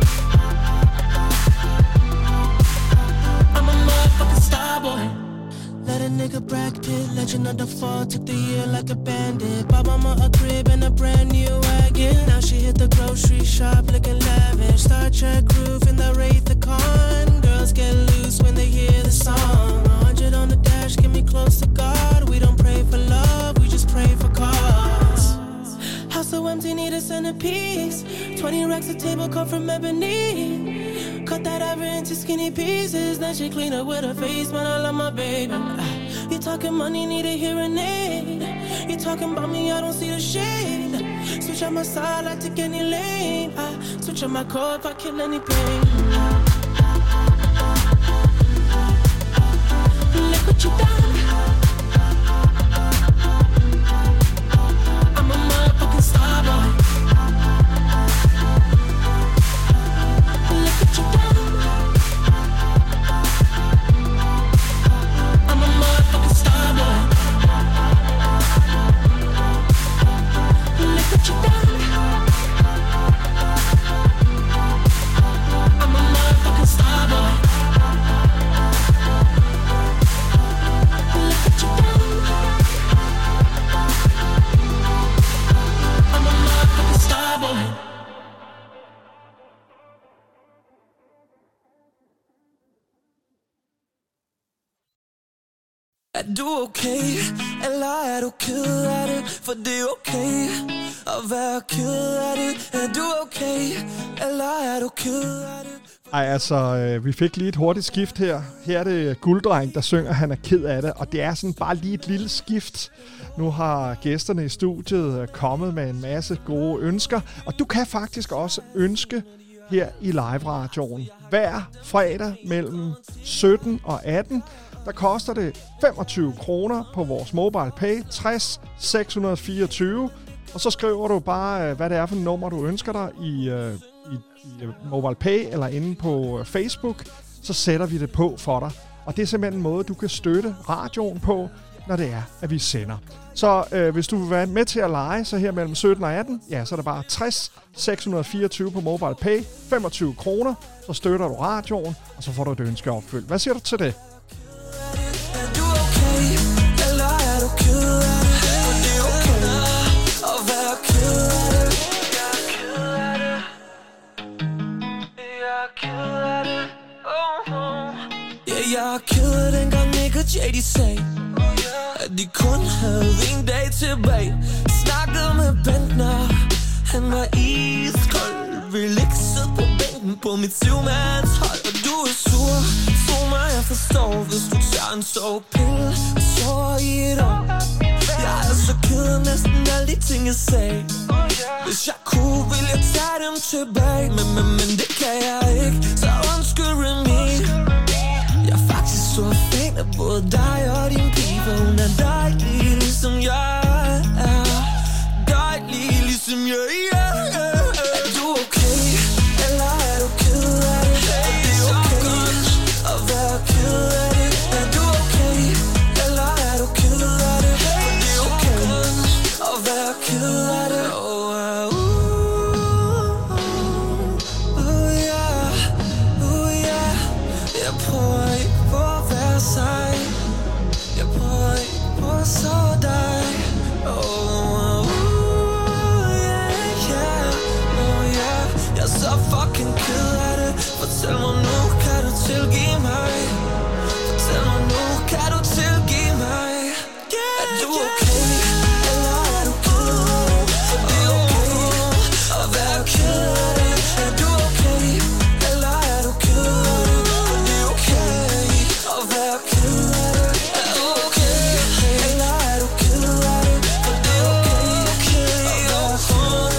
I'm a motherfucking star boy. Let a nigga Brad Pitt, legend of the fall, took the year like a bandit. Bought mama a crib and a brand new wagon. Now she hit the grocery shop looking lavish. Star Trek roof in the Wraith the Con. Girls get loose when they hear the song. 100 on the dash, get me close to God. We don't pray for love, we just pray for cause. centerpiece. 20 racks of table cut from ebony. Cut that ivory into skinny pieces. Then she clean up with her face, man, I love my baby. You talking money, need a hearing aid. You talking about me, I don't see the shade. Switch on my side, I take any lane. I switch on my core if I kill any pain. Look what you done. I'm a motherfucking star boy. Look what you done. I'm a motherfucking star boy. Look what you done. I'm a motherfucking star boy. Look what you done. I'm a motherfucking star boy. Er du okay, eller er du ked af det? For det er okay at være ked af det. Er du okay, eller er du ked af det? Ej, altså, vi fik lige et hurtigt skift her. Her er det Gulddreng, der synger, han er ked af det. Og det er sådan bare lige et lille skift. Nu har gæsterne i studiet kommet med en masse gode ønsker. Og du kan faktisk også ønske her i live-radioen. Hver fredag mellem 17 og 18, der koster det 25 kroner på vores mobile pay, 60 624. Og så skriver du bare, hvad det er for et nummer, du ønsker dig i mobile pay eller inde på Facebook. Så sætter vi det på for dig. Og det er simpelthen en måde, du kan støtte radioen på, når det er, at vi sender. Så hvis du vil være med til at lege, så her mellem 17 og 18, ja, så er det bare 60 624 på mobile pay, 25 kroner. Så støtter du radioen, og så får du et ønske opfyldt. Hvad siger du til det? Jeg er ked af dengang Nick og JD sagde, at de kun havde en dag tilbage. Snakkede med Bentner, han var iskold. Vil ikke sidde på bænken på mit 7-mandshold. Og du er sur, tro mig jeg forstår. Hvis du tager en sovepille og sover i et år. Jeg er så ked af næsten alle de ting jeg sagde. Hvis jeg kunne, ville jeg tage dem tilbage. Men det kan jeg ikke, så undskyld Remy. Jeg er faktisk så fan af både dig og din pige, for hun er dejlig ligesom jeg er. Dejlig ligesom jeg er. Er du okay, eller er du ked af det? Er det okay at være ked af det? Er du okay, eller er du ked af det? For det er okay at være ked af det. Jeg prøver ikke på at være sej. Jeg prøver ikke på at så dig. Jeg er så fucking ked af det. Fortæl mig nu, kan du tilgive mig? Fortæl mig nu, kan du tilgive mig? Er du okay, eller er du ked af det? For det er okay at være ked af det. Er du okay, eller er du ked af det? For det er okay at være ked af det. Er du okay, eller er du ked af det? For det er okay at være ked af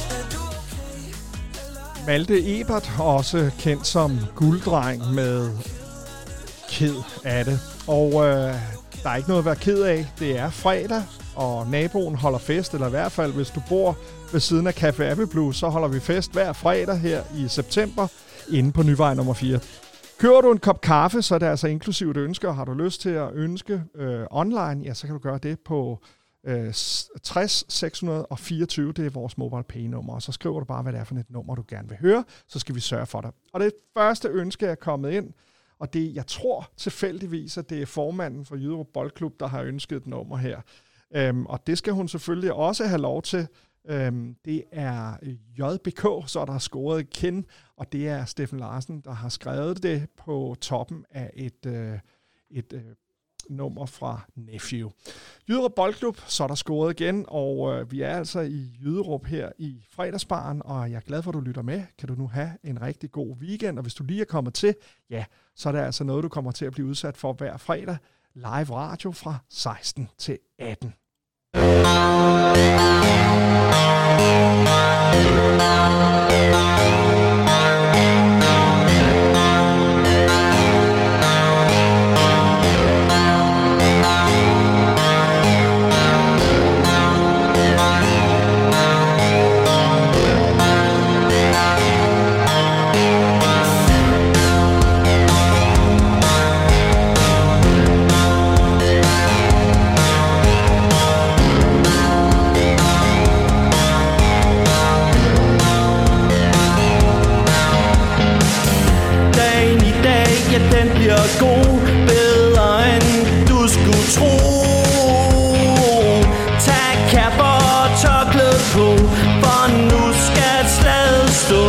det. Malte Ebert, også kendt som Gulddreng med Ked af det. Og der er ikke noget at være ked af. Det er fredag, og naboen holder fest, eller i hvert fald, hvis du bor ved siden af Café Apple Blue, så holder vi fest hver fredag her i september, inde på Nyvej nummer 4. Kører du en kop kaffe, så er det altså inklusivt ønsker. Har du lyst til at ønske online, ja, så kan du gøre det på 60 624, det er vores mobile pay-nummer, og så skriver du bare, hvad det er for et nummer, du gerne vil høre, så skal vi sørge for dig. Og det første ønske er kommet ind, og det, jeg tror tilfældigvis, at det er formanden for Jyderup Boldklub, der har ønsket et nummer her. Og det skal hun selvfølgelig også have lov til. Det er JBK, så der har scoret et kend, og det er Steffen Larsen, der har skrevet det på toppen af nummer fra Nephew. Jyderup Boldklub, så er der scoret igen, og vi er altså i Jyderup her i fredagsbaren, og jeg er glad for, at du lytter med. Kan du nu have en rigtig god weekend, og hvis du lige er kommet til, ja, så er det altså noget, du kommer til at blive udsat for hver fredag. Live radio fra 16 til 18. Den bliver god, bedre end du skulle tro. Tag kapper og tørklæde på, for nu skal slaget stå.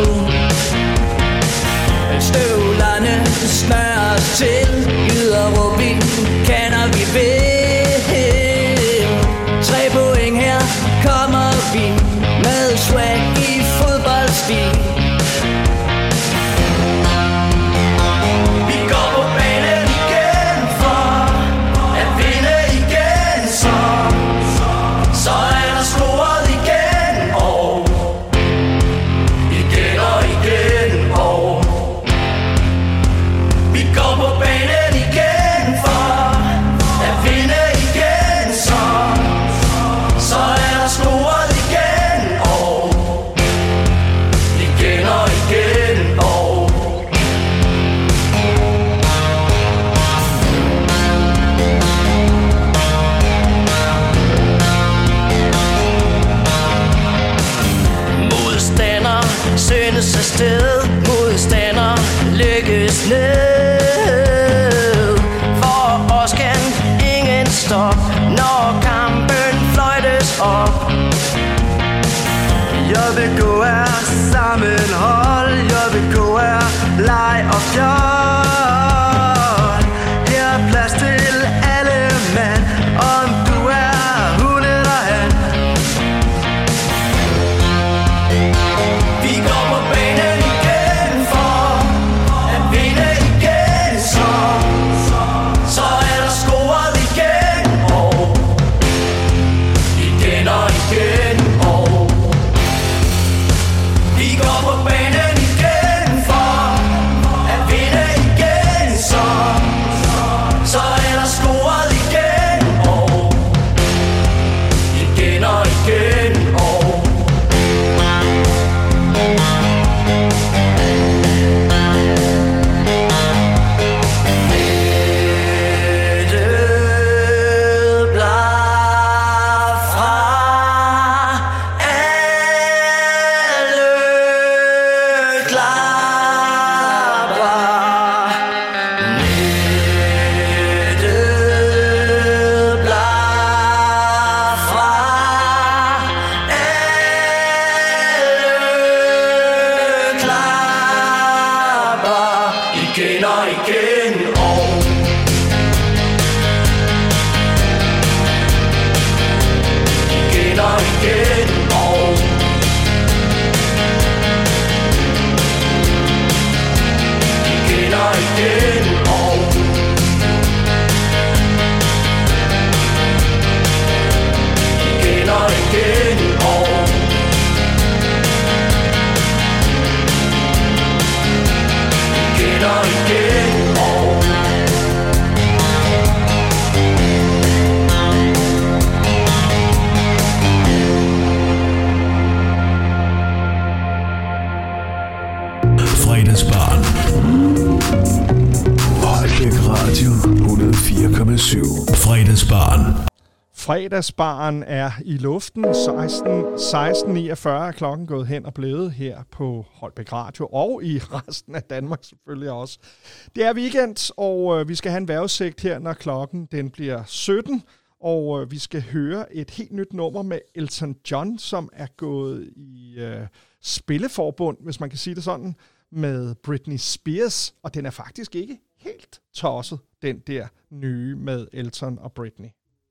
Støvlerne snøres til, Jyderup kender vi vel. 3 point her kommer vi med swag i fodboldstil. Modstander lykkes ned. For os kan ingen stop, når kampen fløjtes op. JBK sammenhold, JBK leg og fjol. Her er plads til alle mand, om du er hund eller han. Vi går på banen igen for at vinde igen, så er der scoret igen, og igen og igen, og vi går på banen igen for at vinde igen, så er der scoret igen, og igen og igen, og Fredagsbaren er i luften. 16.49 er klokken gået hen og blevet her på Holbæk Radio, og i resten af Danmark selvfølgelig også. Det er weekend, og vi skal have en vejrudsigt her, når klokken den bliver 17. Og vi skal høre et helt nyt nummer med Elton John, som er gået i spilleforbund, hvis man kan sige det sådan, med Britney Spears. Og den er faktisk ikke helt tosset, den der nye med Elton og Britney.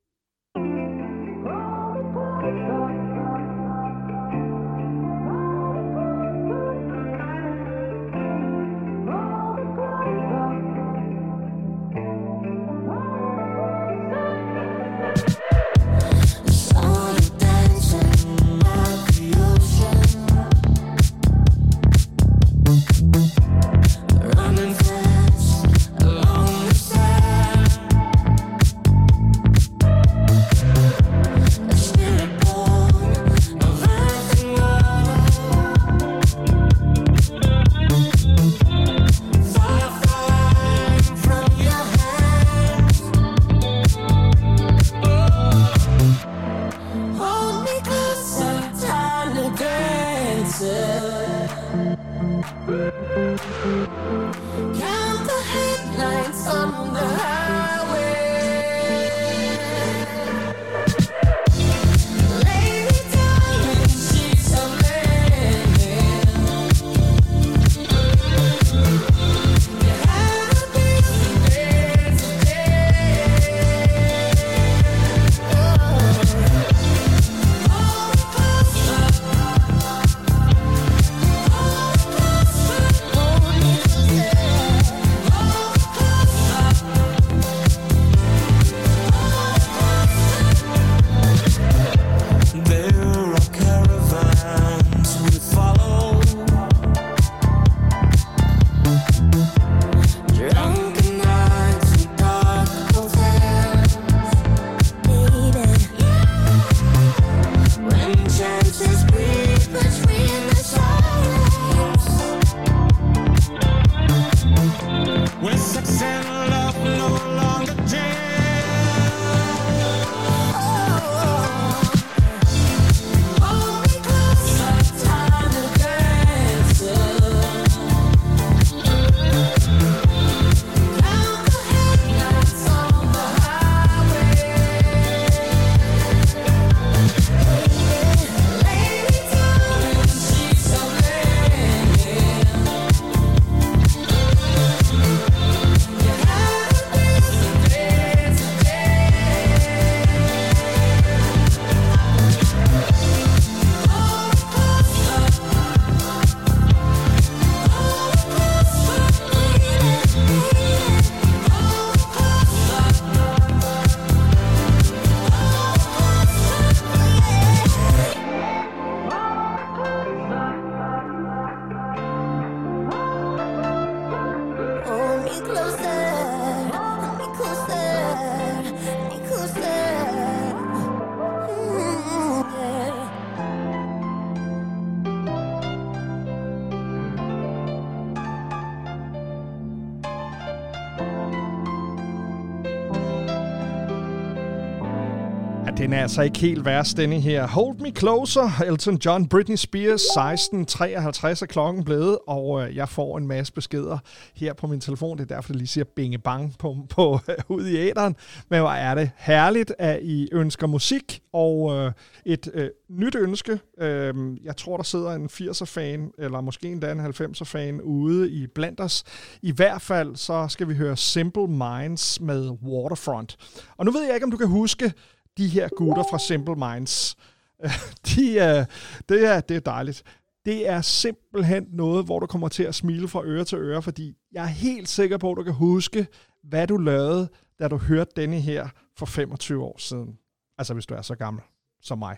Den er altså ikke helt værst, denne her. Hold Me Closer, Elton John, Britney Spears, 16:53 er klokken blevet, og jeg får en masse beskeder her på min telefon. Det er derfor, det lige siger binge bang på ud i æteren. Men hvor er det herligt, at I ønsker musik, og et nyt ønske. Jeg tror, der sidder en 80'er-fan, eller måske endda en 90'er-fan ude i blandt os. I hvert fald, så skal vi høre Simple Minds med Waterfront. Og nu ved jeg ikke, om du kan huske de her gutter fra Simple Minds. Det er dejligt. Det er simpelthen noget, hvor du kommer til at smile fra øre til øre, fordi jeg er helt sikker på, at du kan huske, hvad du lavede, da du hørte denne her for 25 år siden. Altså, hvis du er så gammel som mig.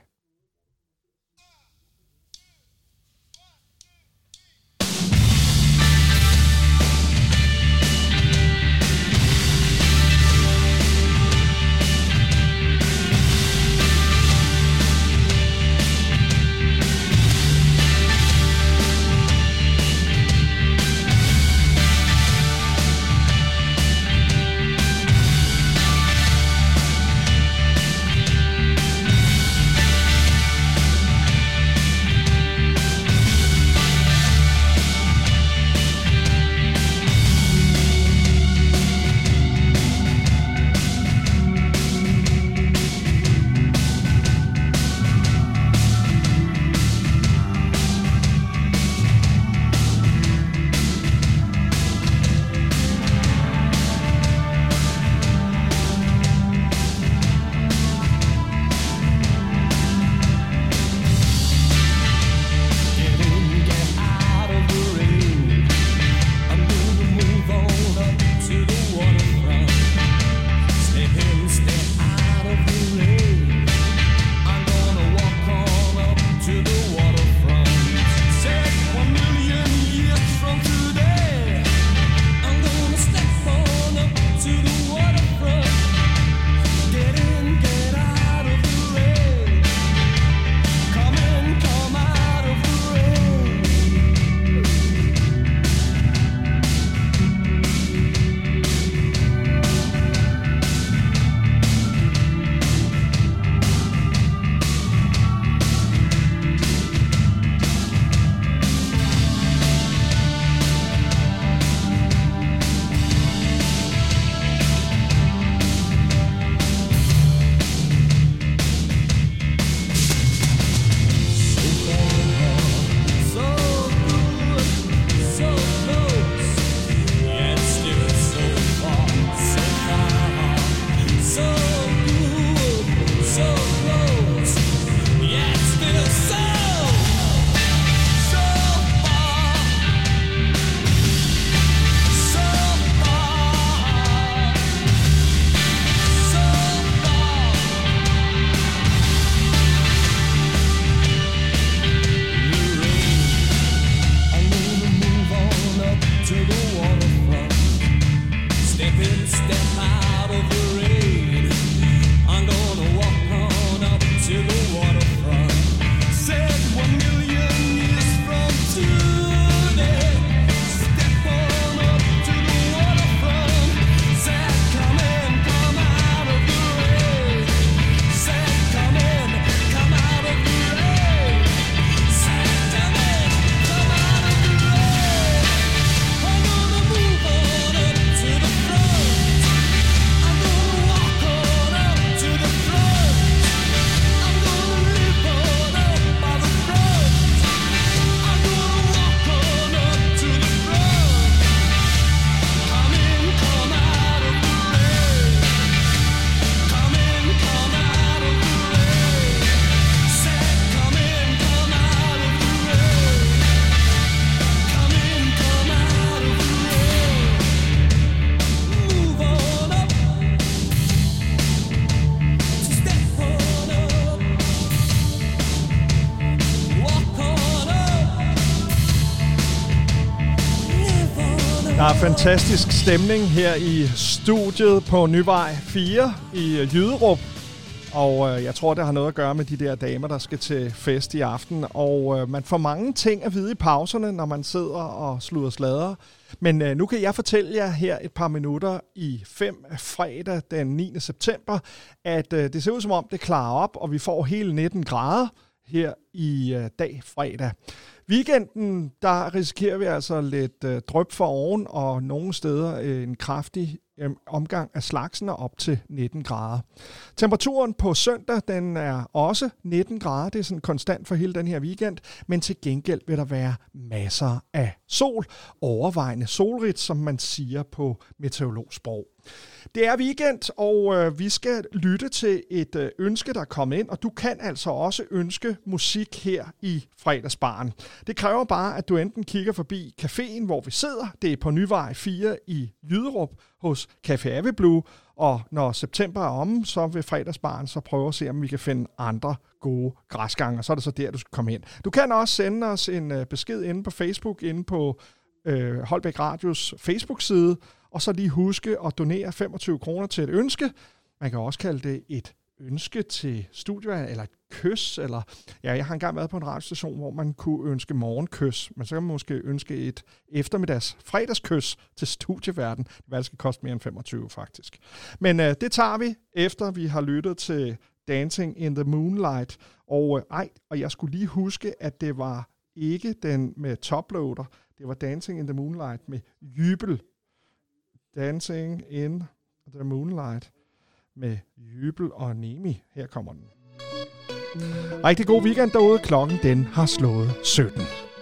Der er fantastisk stemning her i studiet på Nyvej 4 i Jyderup. Og jeg tror, det har noget at gøre med de der damer, der skal til fest i aften. Og man får mange ting at vide i pauserne, når man sidder og sluder sladder. Men nu kan jeg fortælle jer her et par minutter i 5 fredag den 9. september, at det ser ud som om, det klarer op, og vi får hele 19 grader her i dag fredag. Weekenden, der risikerer vi altså lidt dryp for oven, og nogle steder en kraftig omgang af slagsen op til 19 grader. Temperaturen på søndag, den er også 19 grader. Det er sådan konstant for hele den her weekend, men til gengæld vil der være masser af sol. Overvejende solrigt, som man siger på meteorologsprog. Det er weekend, og vi skal lytte til et ønske, der er kommet ind, og du kan altså også ønske musik her i fredagsbaren. Det kræver bare, at du enten kigger forbi caféen, hvor vi sidder. Det er på Nyvej 4 i Jyderup hos Café Aveblue, og når september er omme, så vil fredagsbaren så prøve at se, om vi kan finde andre gode græsgange, og så er det så der, du skal komme ind. Du kan også sende os en besked inde på Facebook, inde på Holbæk Radios Facebook-side, og så lige huske at donere 25 kroner til et ønske. Man kan også kalde det et ønske til studiet, eller et kys, eller ja, jeg har engang været på en radiostation, hvor man kunne ønske morgenkys, men så kan man måske ønske et eftermiddags fredagskys til studieverden. Det skal koste mere end 25 faktisk. Men det tager vi, efter vi har lyttet til Dancing in the Moonlight, og jeg skulle lige huske, at det var ikke den med toploader, det var Dancing in the Moonlight med Jybel. Dancing in the Moonlight med Jybel og Nemi. Her kommer den. Rigtig god weekend derude. Klokken den har slået 17.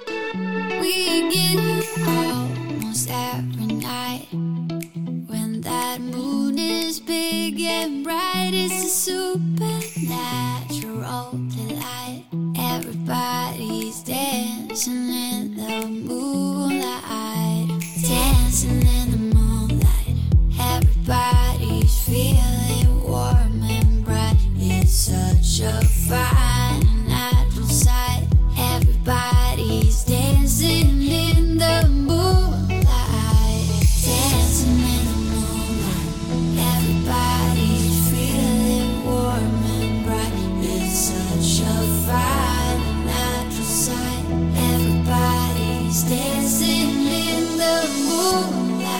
We get almost every night when that moon is big and bright. It's a supernatural delight. Everybody's dancing in the moonlight, dancing in the moonlight. Everybody's feeling warm and bright. It's such a fine natural sight. Everybody's dancing in the moonlight, dancing in the moonlight. Everybody's feeling warm and bright. It's such a fine natural sight. Everybody's dancing in the moonlight.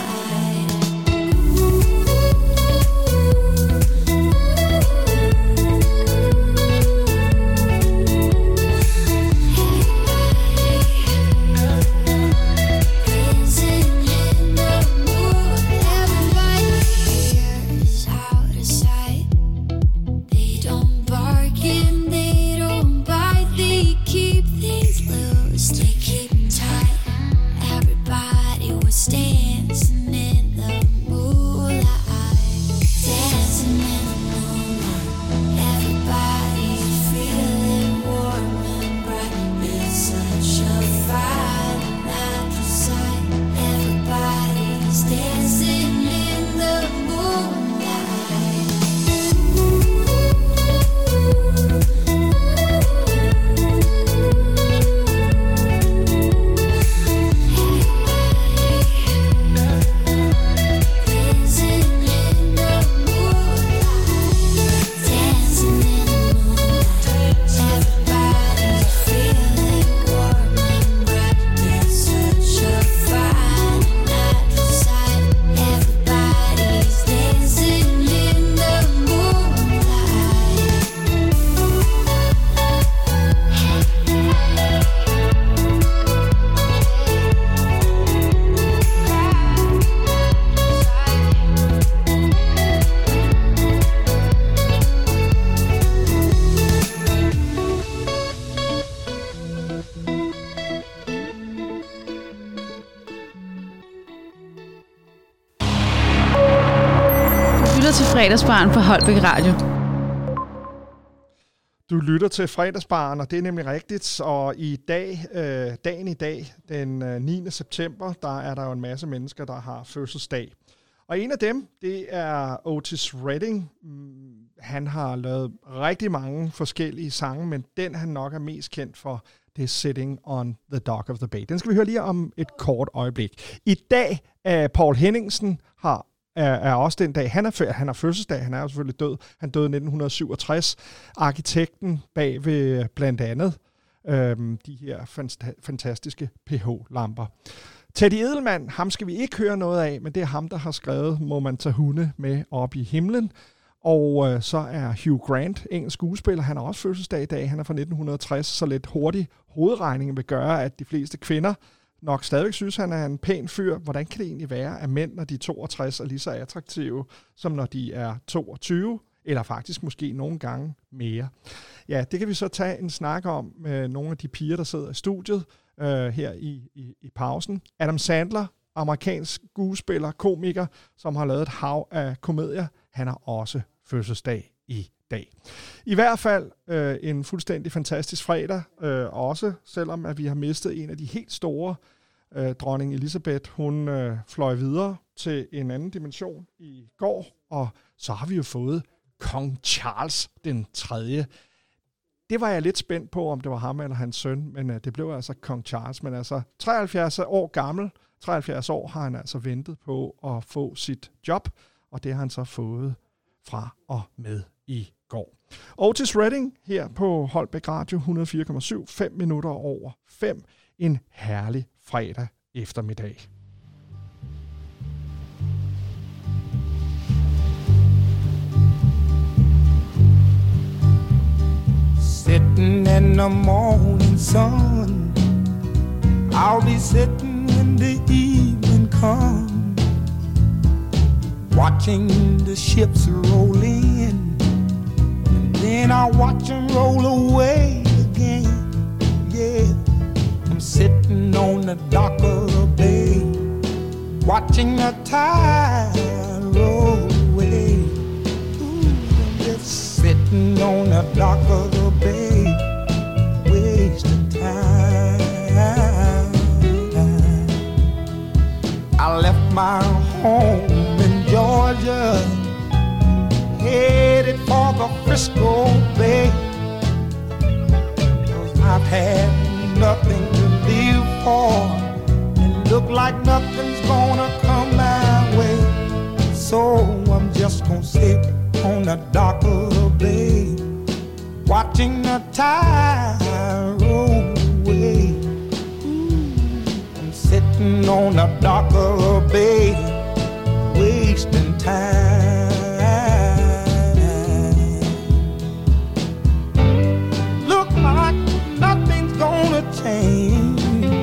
Fredagsbaren på Holbæk Radio. Du lytter til Fredagsbaren, og det er nemlig rigtigt. Og i dag, dagen i dag, den 9. september, der er der jo en masse mennesker, der har fødselsdag. Og en af dem, det er Otis Redding. Han har lavet rigtig mange forskellige sange, men den han nok er mest kendt for, det er Sitting on the Dock of the Bay. Den skal vi høre lige om et kort øjeblik. I dag er Poul Henningsen er også den dag, han har fødselsdag, han er jo selvfølgelig død. Han døde i 1967. Arkitekten bag ved blandt andet de her fantastiske pH-lamper. Teddy Edelmann, ham skal vi ikke høre noget af, men det er ham, der har skrevet Må man tage hunde med op i himlen. Og så er Hugh Grant, engelsk skuespiller, han har også fødselsdag i dag, han er fra 1960, så lidt hurtig hovedregning vil gøre, at de fleste kvinder nok stadigvæk synes, han er en pæn fyr. Hvordan kan det egentlig være, at mænd, når de er 62, er lige så attraktive, som når de er 22, eller faktisk måske nogle gange mere? Ja, det kan vi så tage en snak om med nogle af de piger, der sidder i studiet her i pausen. Adam Sandler, amerikansk skuespiller, komiker, som har lavet et hav af komedier. Han har også fødselsdag i dag. I hvert fald en fuldstændig fantastisk fredag, også selvom at vi har mistet en af de helt store. Dronning Elizabeth, hun fløj videre til en anden dimension i går, og så har vi jo fået Kong Charles den 3. Det var jeg lidt spændt på, om det var ham eller hans søn, men det blev altså Kong Charles. Men altså 73 år gammel, 73 år har han altså ventet på at få sit job, og det har han så fået fra og med i går. Otis Redding her på Holbæk Radio 104,7, 5 minutter over 5. En herlig fredag eftermiddag. Sitting in the morning sun, I'll be sitting when the evening comes, watching the ships roll in, and then I'll watch them roll away again. Yeah, I'm sitting on the dock of the bay, watching the tide roll away. Ooh, I'm just sitting on the dock of the bay, wasting time. I left my home in Georgia, headed for the Frisco Bay, 'cause I've had nothing to live for, and look like nothing's gonna come my way. So I'm just gonna sit on the dock of the bay, watching the tide roll away. I'm sitting on the dock of the bay, wasting time. Look like nothing's gonna change,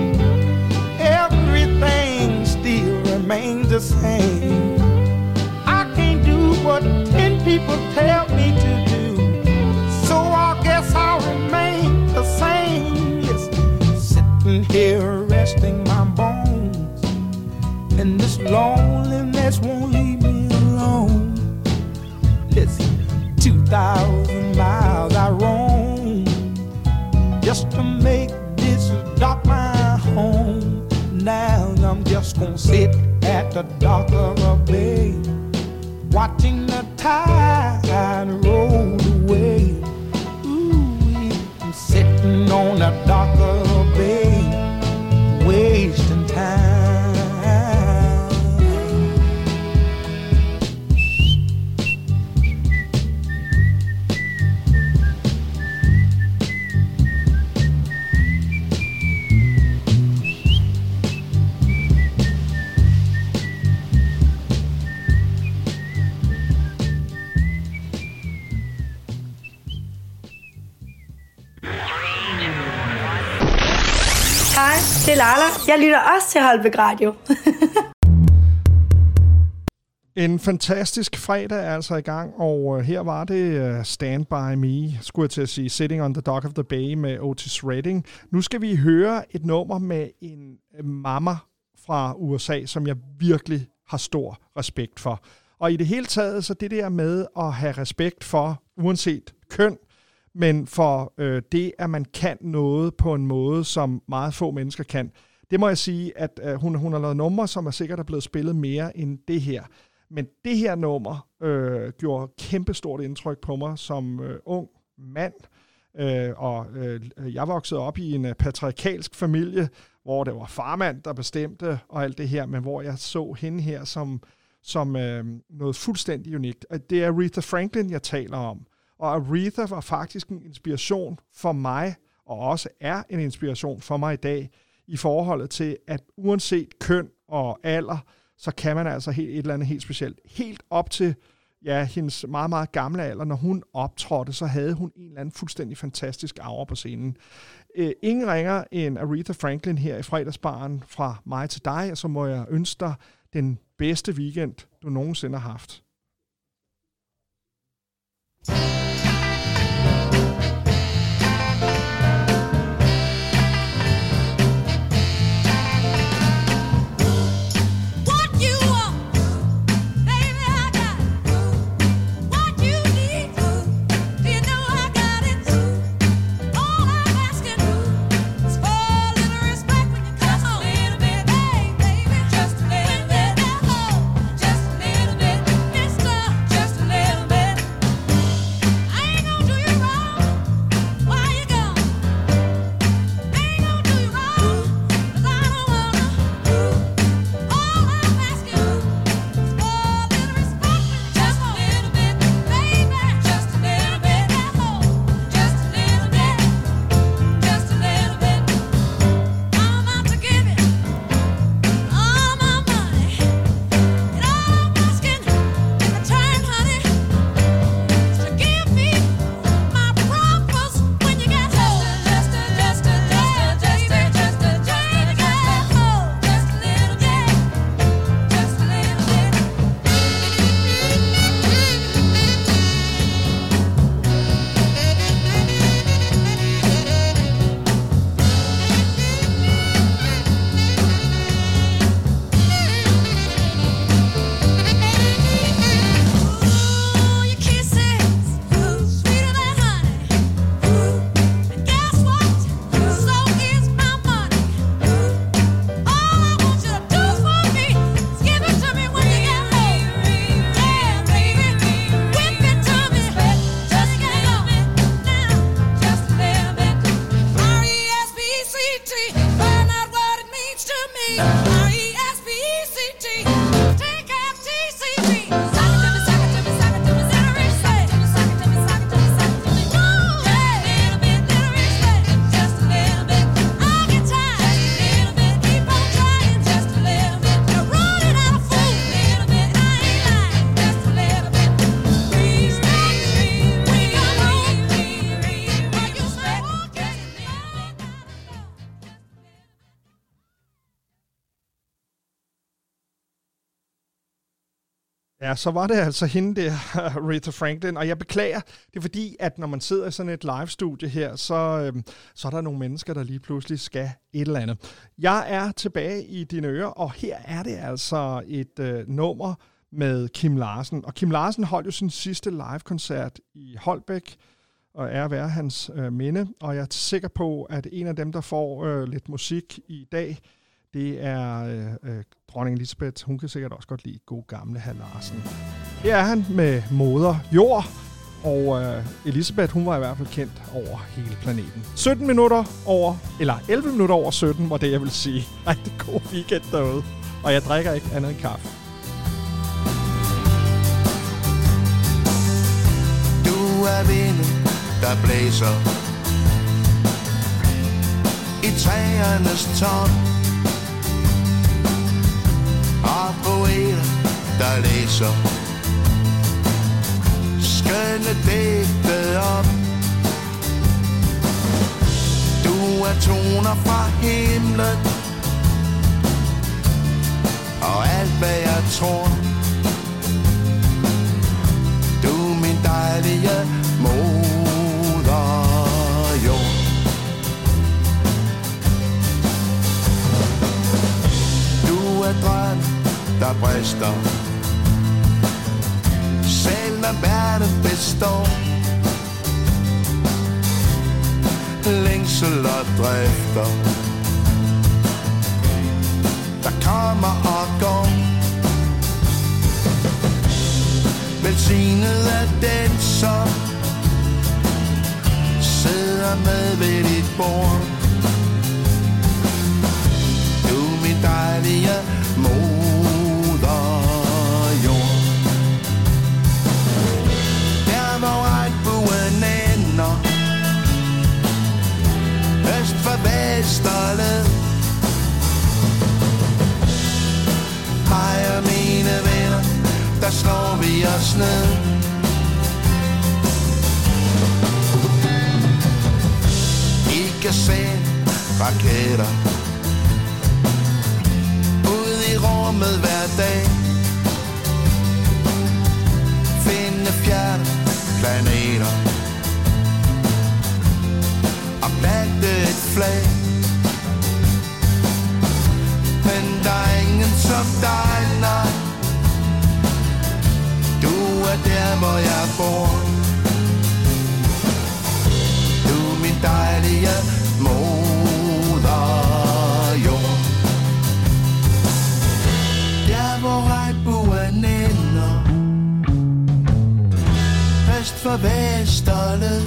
everything still remains the same. I can't do what 10 people tell me to do, so I guess I'll remain the same. Yes, sitting here resting my bones, and this loneliness won't leave me alone. Listen, 2,000 miles I roam just to make this dock my home. Now I'm just gonna sit at the dock of a bay, watching the tide roll away. Ooh, I'm sitting on the dock of a bay, wasting time. Hej, det er Lala. Jeg lytter også til Holbæk Radio. En fantastisk fredag er altså i gang, og her var det Stand By Me, skulle jeg til at sige, Sitting on the Dock of the Bay med Otis Redding. Nu skal vi høre et nummer med en mamma fra USA, som jeg virkelig har stor respekt for. Og i det hele taget, så det der med at have respekt for, uanset køn, men for det, at man kan noget på en måde, som meget få mennesker kan. Det må jeg sige, at hun har lavet numre, som er sikkert er blevet spillet mere end det her. Men det her nummer gjorde kæmpestort indtryk på mig som ung mand. Jeg voksede op i en patriarkalsk familie, hvor det var farmand, der bestemte og alt det her, men hvor jeg så hende her som noget fuldstændig unikt. Det er Aretha Franklin, jeg taler om. Og Aretha var faktisk en inspiration for mig, og også er en inspiration for mig i dag, i forholdet til, at uanset køn og alder, så kan man altså et eller andet helt specielt. Helt op til hendes meget, meget gamle alder, når hun optrådte, så havde hun en eller anden fuldstændig fantastisk aura på scenen. Ingen ringer end Aretha Franklin her i fredagsbaren fra mig til dig, og så må jeg ønske dig den bedste weekend, du nogensinde har haft. Ja, så var det altså hende der, Aretha Franklin, og jeg beklager, det er fordi, at når man sidder i sådan et live-studie her, så er der nogle mennesker, der lige pludselig skal et eller andet. Jeg er tilbage i dine ører, og her er det altså et nummer med Kim Larsen. Og Kim Larsen holdt jo sin sidste live-koncert i Holbæk, og er at være hans minde, og jeg er sikker på, at en af dem, der får lidt musik i dag, det er dronning Elisabeth. Hun kan sikkert også godt lide god gamle hr. Larsen. Her er han med Moder Jord, og Elisabeth, hun var i hvert fald kendt over hele planeten. 11 minutter over 17 var det, jeg vil sige. Rigtig god weekend derude, og jeg drikker ikke andet end kaffe. Du er vinden, der blæser i træernes top, og poeter, der læser skønne digte op. Du er toner fra himlen, og alt hvad jeg tror. Du er min dejlige moder jord. Du er drøm, der brister, selv når verden består. Længsel og drifter, der kommer og går. velsignet af den, som sidder med ved dit bord. Du min dejlige moder jord. Der hvor regnbuen ender, øst for Vesterled. Mig og mine venner, der slår vi os ned. I kan se raketter ud i rummet hver dag. Finde fjerne planeter og plante et flag. Men der er ingen som dig, nej. Du er der, hvor jeg bor. Du min dejlige moder jord. Der hvor regnbuen ender, øst for Vesterled.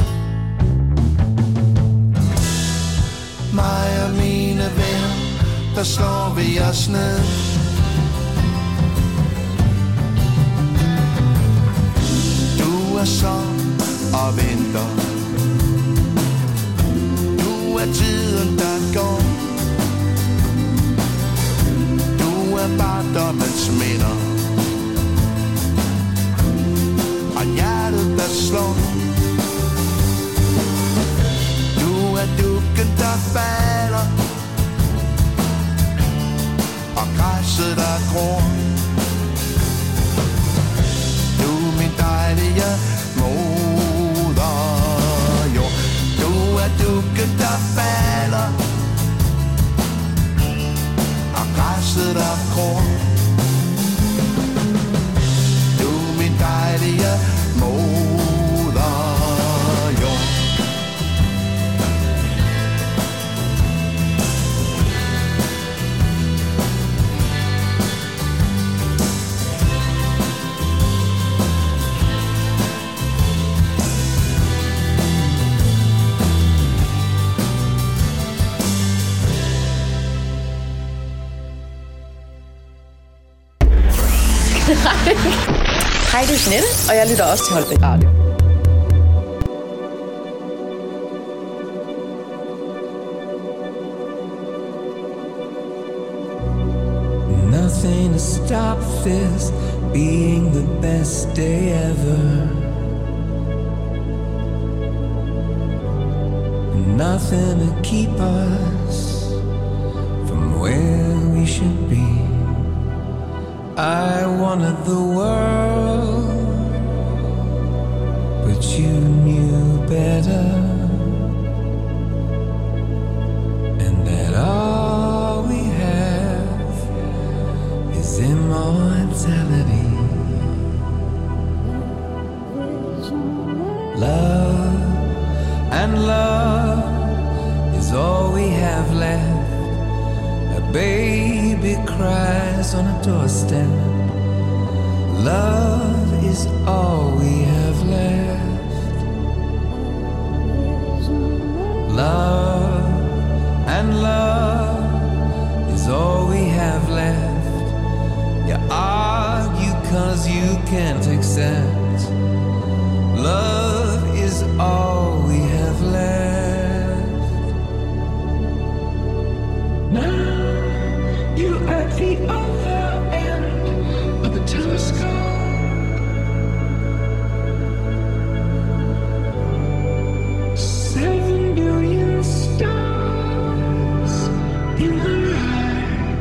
Mig og mine venner, der slår vi os ned. Du er sommer og vinter, du er tiden der går. Du er barndommens minder og hjertet der slår. Du er dukken der falder og græsset der gror. Du min dejlige moder jord. Du er dukken der falder og græsset der gror. Du min dejlige moder jord. Hej, det er Jeanette, og jeg lytter også til Holbæk Radio. Nothing to stop this being the best day ever. Nothing to keep us from where we should be. I wanted the world, but you knew better, and that all we have is immortality. Love and love is all we have left. A baby cries on a doorstep. Love is all we have left. Love and love is all we have left. You argue 'cause you can't accept. Love is all we have left. Now you're at the other end of the telescope. 7 billion stars in the night.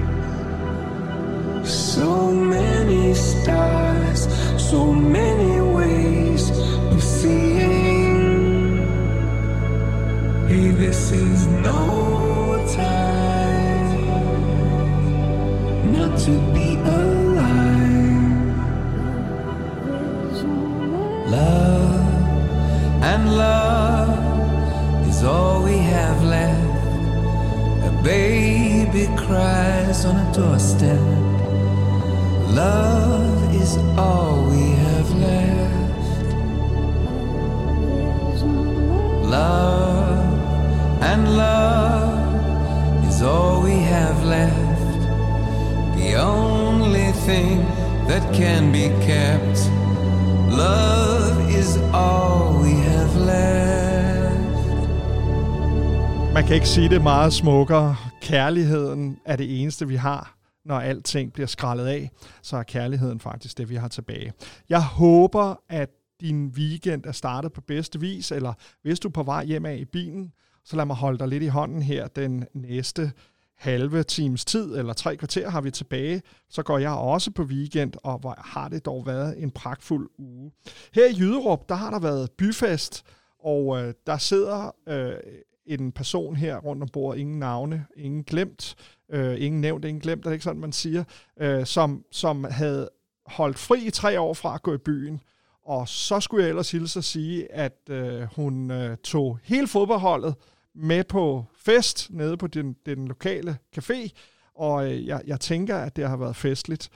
So many stars, so many ways of seeing. Hey, this is no time not to be alive. Love and love is all we have left. A baby cries on a doorstep. Love is all we have left. Love and love is all we have left. The only thing that can be kept. Love is all we have left. Man kan ikke sige det meget smukkere. Kærligheden er det eneste, vi har. Når alting bliver skrællet af, så er kærligheden faktisk det, vi har tilbage. Jeg håber, at din weekend er startet på bedste vis, eller hvis du er på vej hjem af i bilen, så lad mig holde dig lidt i hånden her den næste halve times tid, eller 3 kvarter har vi tilbage. Så går jeg også på weekend, og hvor har det dog været en pragtfuld uge. Her i Jyderup, der har der været byfest, og der sidder en person her rundt om bordet, ingen navne, ingen glemt, ingen nævnt, ingen glemt, er det ikke sådan, man siger, som havde holdt fri i 3 år fra at gå i byen. Og så skulle jeg ellers hilse at sige, at hun tog hele fodboldholdet med på fest nede på den lokale café, og jeg tænker, at det har været festligt.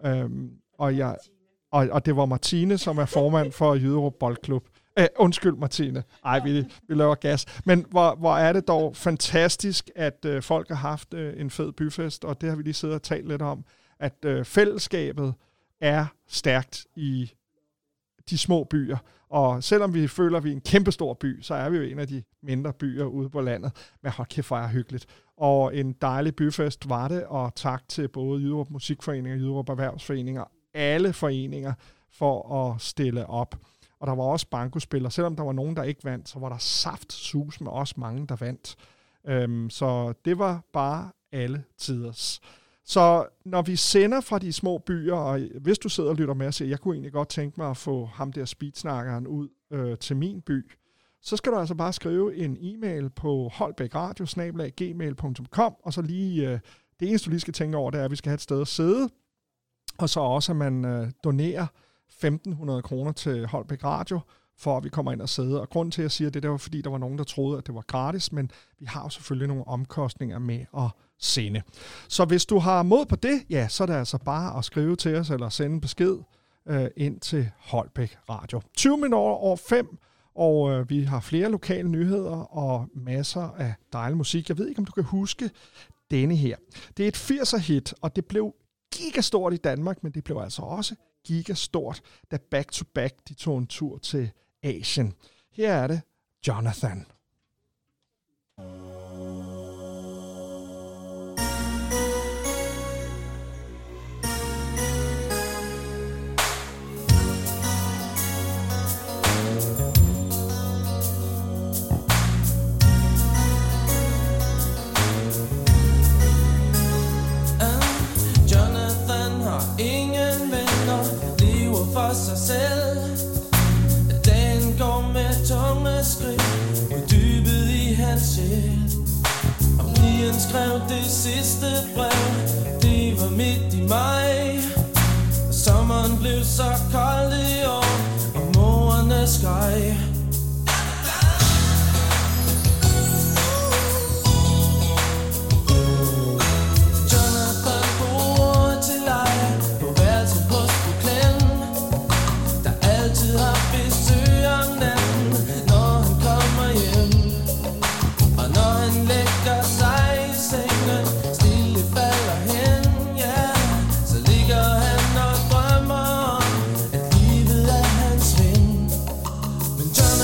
Og det var Martine, som er formand for Jyderup Boldklub. Undskyld, Martine. Ej, vi laver gas. Men hvor er det dog fantastisk, at folk har haft en fed byfest, og det har vi lige siddet og talt lidt om, at fællesskabet er stærkt i de små byer. Og selvom vi føler, at vi er en kæmpestor by, så er vi jo en af de mindre byer ude på landet. Men hold kæft, hvor er hyggeligt. Og en dejlig byfest var det, og tak til både Jyderup Musikforening og Jyderup Erhvervsforening og alle foreninger for at stille op. Og der var også bankospillere. Selvom der var nogen, der ikke vandt, så var der saftsus med også mange, der vandt. Så det var bare alle tiders. Så når vi sender fra de små byer, og hvis du sidder og lytter med og siger, jeg kunne egentlig godt tænke mig at få ham der speedsnakkeren ud til min by, så skal du altså bare skrive en e-mail på holbækradio@gmail.com, og så lige, det eneste du lige skal tænke over, det er, at vi skal have et sted at sidde, og så også, at man donerer 1.500 kroner til Holbæk Radio, for at vi kommer ind og sidder. Og grunden til, at jeg siger det, det var, fordi der var nogen, der troede, at det var gratis, men vi har jo selvfølgelig nogle omkostninger med at sende. Så hvis du har mod på det, ja, så er det altså bare at skrive til os, eller sende en besked ind til Holbæk Radio. 20 minutter over 5, og vi har flere lokale nyheder og masser af dejlig musik. Jeg ved ikke, om du kan huske denne her. Det er et 80'er-hit, og det blev gigastort i Danmark, men det blev altså også gigastort, da Back to Back de tog en tur til Asien. Her er det Jonathan. Jonathan har ingen venner, lever for sig selv. Dagen går med tunge skridt på dybet i hans sjæl. Og pigen skrev det sidste brev, det var midt i maj. Og sommeren blev så kold i år, og morerne skreg. Jonathan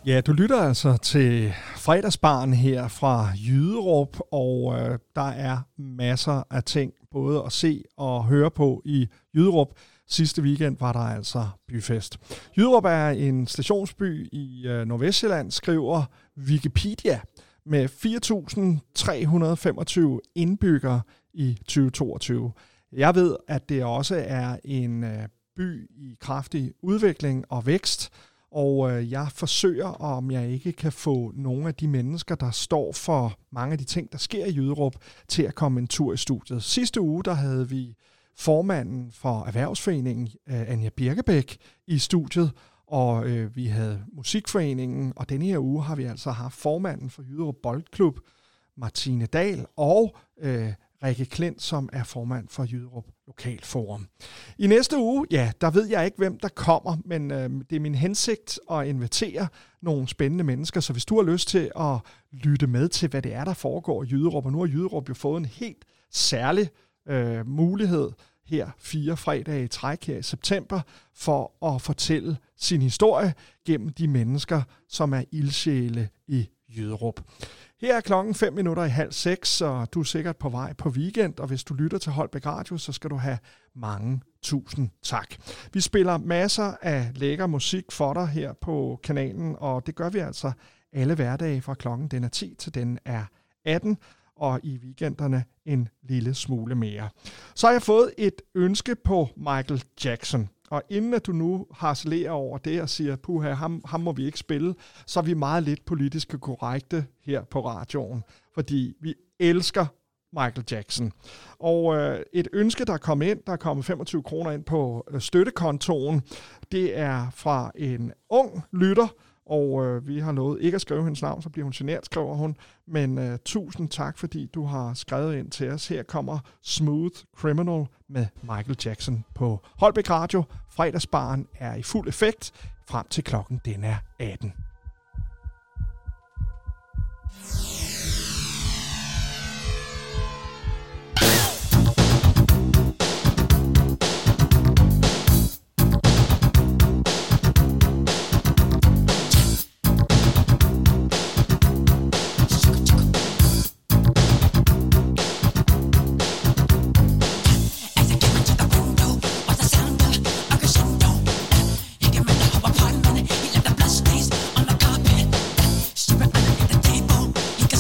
Ja, du lytter altså til Fredagsbaren her fra Jyderup, og der er masser af ting både at se og høre på i Jyderup. Sidste weekend var der altså byfest. Jyderup er en stationsby i Nordvestjylland, skriver Wikipedia, med 4.325 indbyggere i 2022. Jeg ved, at det også er en by i kraftig udvikling og vækst, og jeg forsøger, om jeg ikke kan få nogle af de mennesker, der står for mange af de ting, der sker i Jyderup, til at komme en tur i studiet. Sidste uge, der havde vi formanden for Erhvervsforeningen, Anja Birkebæk, i studiet, og vi havde Musikforeningen, og denne her uge har vi altså haft formanden for Jyderup Boldklub, Martine Dahl, og Rikke Klint, som er formand for Jyderup Lokalforum. I næste uge, ja, der ved jeg ikke, hvem der kommer, men det er min hensigt at invitere nogle spændende mennesker, så hvis du har lyst til at lytte med til, hvad det er, der foregår i Jyderup, og nu har Jyderup jo fået en helt særlig mulighed her 4 fredage i træk her i september, for at fortælle sin historie gennem de mennesker, som er ildsjæle i Jyderup. Her er klokken 5:05, og du er sikkert på vej på weekend, og hvis du lytter til Holbæk Radio, så skal du have mange tusind tak. Vi spiller masser af lækker musik for dig her på kanalen, og det gør vi altså alle hverdage fra klokken den er 10 til den er 18, og i weekenderne en lille smule mere. Så har jeg fået et ønske på Michael Jackson. Og inden at du nu harcelerer over det og siger, puha, ham må vi ikke spille, så er vi meget lidt politisk korrekte her på radioen, fordi vi elsker Michael Jackson. Og et ønske, der er kommet ind, der er kommet 25 kroner ind på støttekontoen, det er fra en ung lytter, og vi har lovet ikke at skrive hendes navn, så bliver hun genert, skriver hun. Men tusind tak, fordi du har skrevet ind til os. Her kommer Smooth Criminal med Michael Jackson på Holbæk Radio. Fredagsbaren er i fuld effekt frem til klokken den er 18. Apartment, he left the blood stains on the carpet.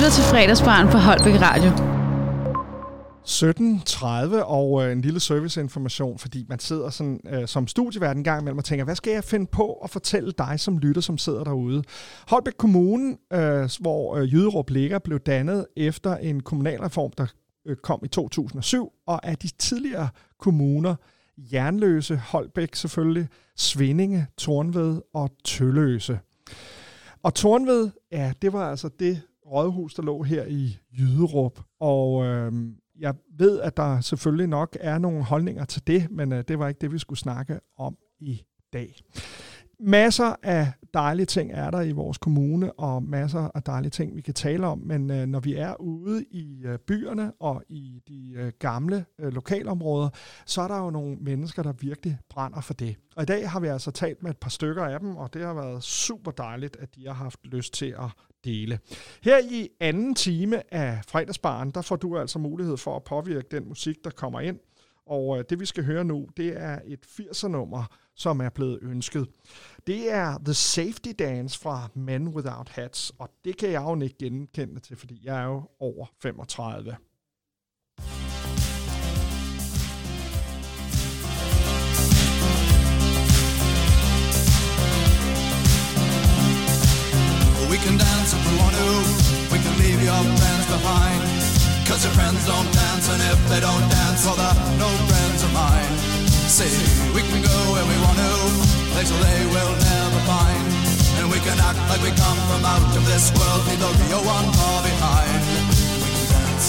lytter til Fredagsbaren på Holbæk Radio. 17:30 og en lille serviceinformation, fordi man sidder sådan, som studievært en gang imellem og tænker, hvad skal jeg finde på at fortælle dig som lytter, som sidder derude? Holbæk Kommune, hvor Jyderup ligger, blev dannet efter en kommunalreform, der kom i 2007, og af de tidligere kommuner, Jernløse, Holbæk selvfølgelig, Svindinge, Tornved og Tølløse. Og Tornved, ja, det var altså det rådhus, der lå her i Jyderup, og jeg ved, at der selvfølgelig nok er nogle holdninger til det, men det var ikke det, vi skulle snakke om i dag. Masser af dejlige ting er der i vores kommune, og masser af dejlige ting, vi kan tale om, men når vi er ude i byerne og i de gamle lokalområder, så er der jo nogle mennesker, der virkelig brænder for det. Og i dag har vi altså talt med et par stykker af dem, og det har været super dejligt, at de har haft lyst til at dele. Her i anden time af Fredagsbaren, der får du altså mulighed for at påvirke den musik, der kommer ind. Og det, vi skal høre nu, det er et 80'er-nummer, som er blevet ønsket. Det er The Safety Dance fra Men Without Hats, og det kan jeg jo ikke genkende til, fordi jeg er jo over 35. We can dance if we want to, we can leave your friends behind, 'cause your friends don't dance, and if they don't dance, well they're no friends of mine. See, we can go where we want to, places they will never find, and we can act like we come from out of this world, leave the real one far behind. We can dance.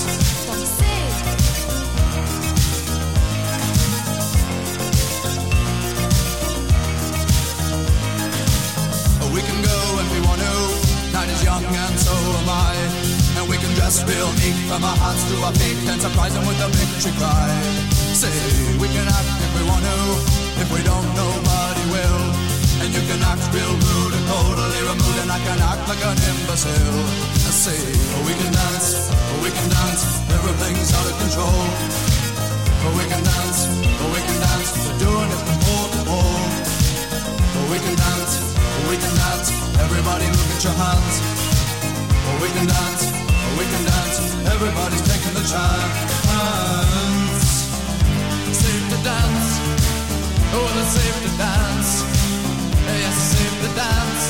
We can go if we want to, night is young and so am I, and we can dress real neat from our hearts to our feet and surprise them with a victory cry. Say, we can act if we want to, if we don't nobody will, and you can act real rude and totally removed, and I can act like an imbecile. I say, we can dance, everything's out of control. We can dance, we're doing it from pole to pole. We can dance, everybody look at your hands. We can dance, everybody's taking the chance. Safe to dance, oh it's safe to dance. Yes, it's safe to dance.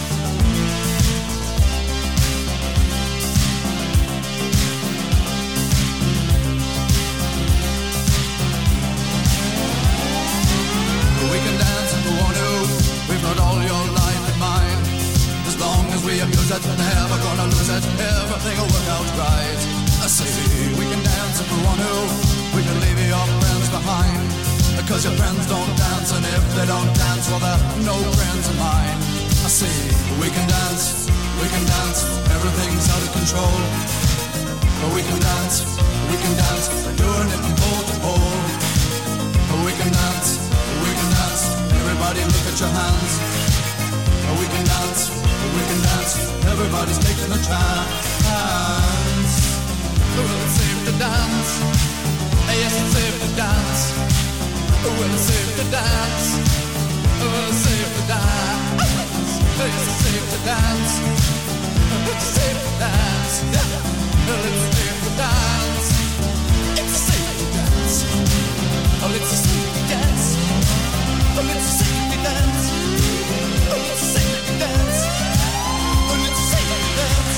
We can dance if we want to, we've got all your life in mind. As long as we abuse it, never gonna lose it, everything will work out right. I say, we can dance if we want to, we can leave your friends behind, because your friends don't dance, and if they don't dance, well they're no friends of mine. I say, we can dance, everything's out of control. But we can dance, we're doing it from pole to pole. But we can dance, everybody look at your hands. But we can dance, everybody's taking a chance. Well, it's safe to dance, yes, it's safe to dance. Well, it's safe to dance, well, it's safe to dance. Yes, it's safe to dance, it's safe to dance. Well, it's safe to dance, it's safe to dance. Oh, it's safe to dance, oh, it's safe to dance. Oh, it's safe to dance, oh, it's safe to dance.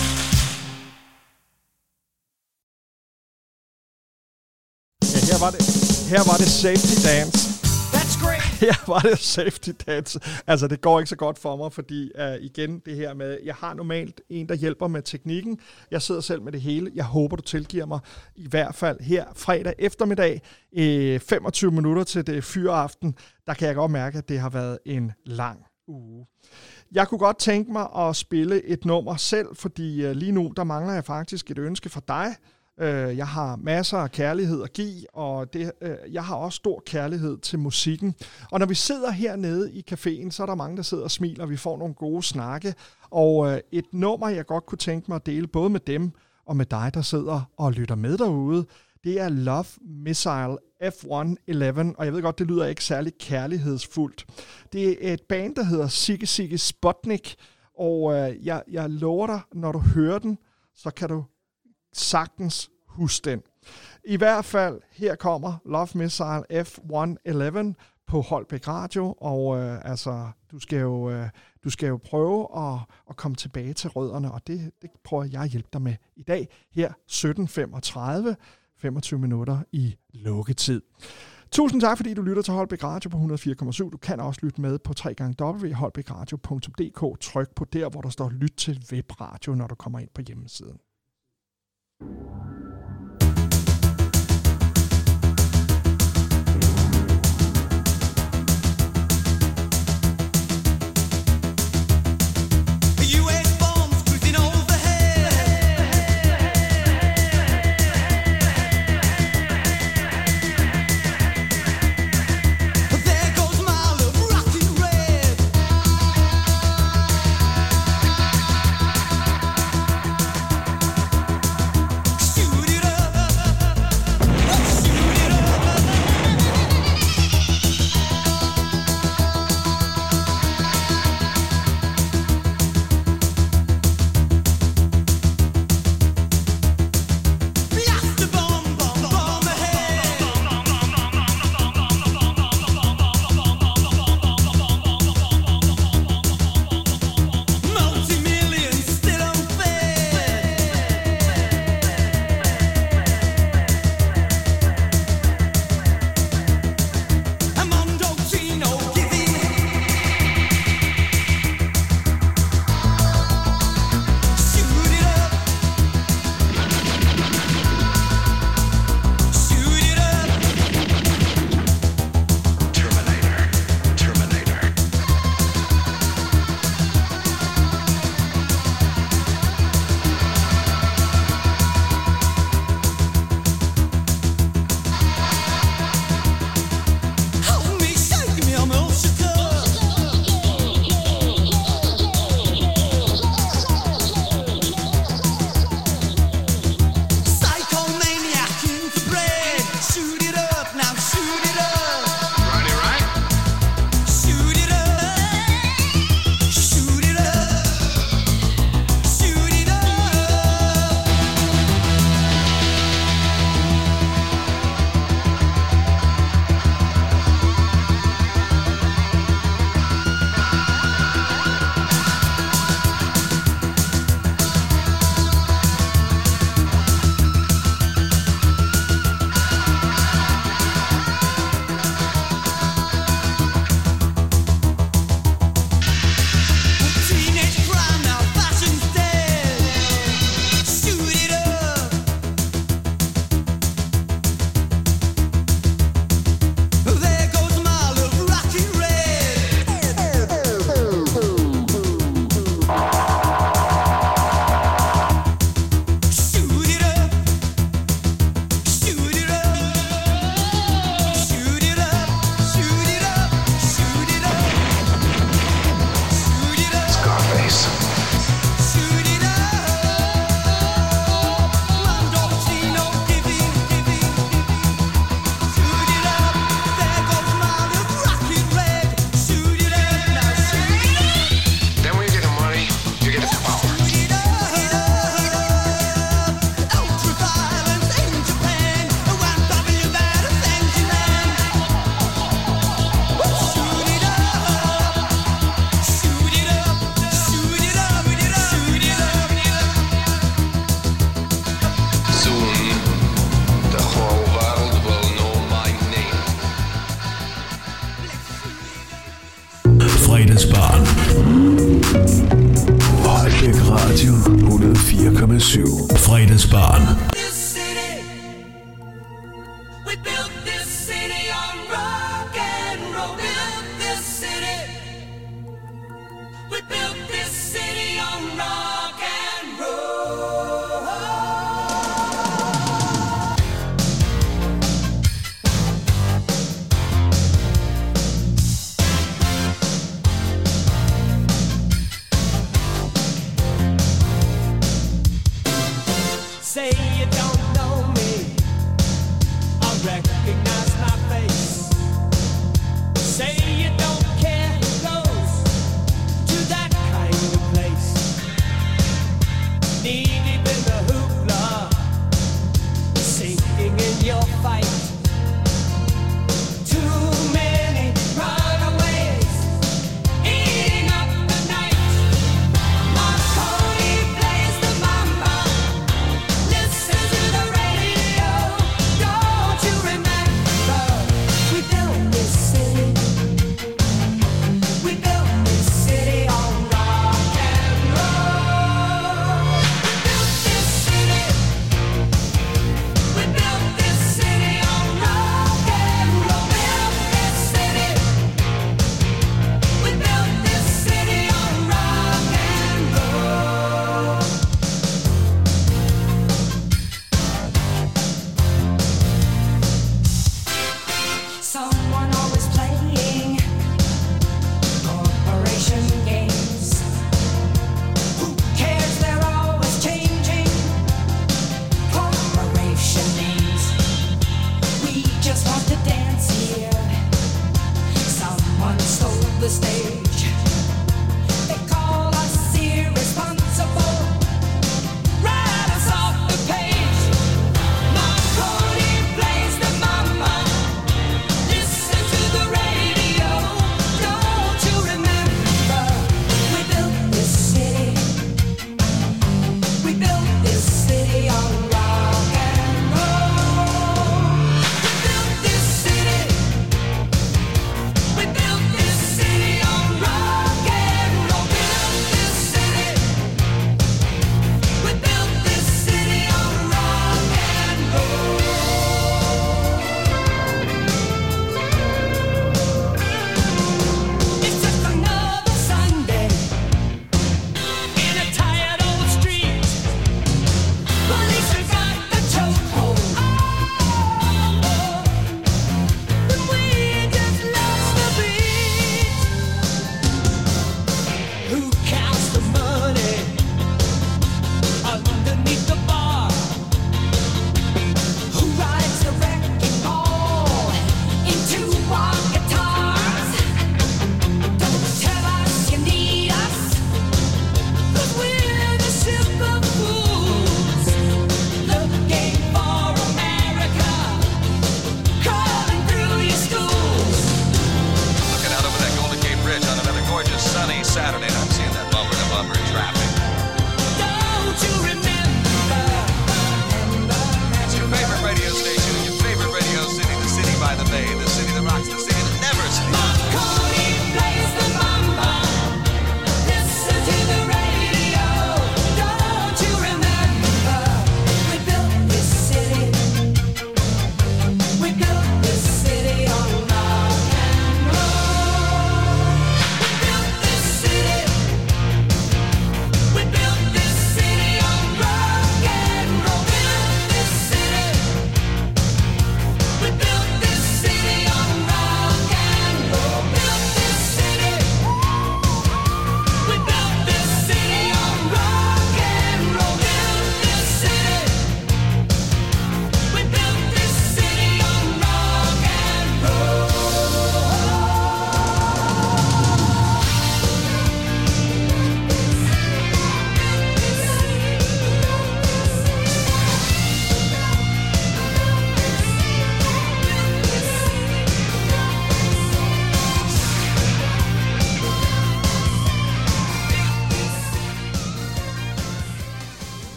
Her var det Safety Dance. That's great. Her var det Safety Dance. Altså, det går ikke så godt for mig, fordi igen, det her med, jeg har normalt en, der hjælper med teknikken. Jeg sidder selv med det hele. Jeg håber, du tilgiver mig i hvert fald her fredag eftermiddag, 25 minutter til det fyraften. Der kan jeg godt mærke, at det har været en lang uge. Jeg kunne godt tænke mig at spille et nummer selv, fordi lige nu, der mangler jeg faktisk et ønske fra dig. Jeg har masser af kærlighed at give, og jeg har også stor kærlighed til musikken. Og når vi sidder hernede i caféen, så er der mange, der sidder og smiler, og vi får nogle gode snakke. Og et nummer, jeg godt kunne tænke mig at dele, både med dem og med dig, der sidder og lytter med derude, det er Love Missile F-111, og jeg ved godt, det lyder ikke særlig kærlighedsfuldt. Det er et band, der hedder Ziggy Sputnik, og jeg lover dig, når du hører den, så kan du sagtens huske den. I hvert fald, her kommer Love Missile F111 på Holbæk Radio, og du skal jo prøve at komme tilbage til rødderne, og det prøver jeg at hjælpe dig med i dag, her 17:35, 25 minutter i lukketid. Tusind tak, fordi du lytter til Holbæk Radio på 104,7. Du kan også lytte med på www.holbækradio.dk. Tryk på der, hvor der står lyt til webradio, når du kommer ind på hjemmesiden. Fredagsbaren. Holbæk Radio 104,7. Fredagsbaren. Say you don't know me, I recognize my face.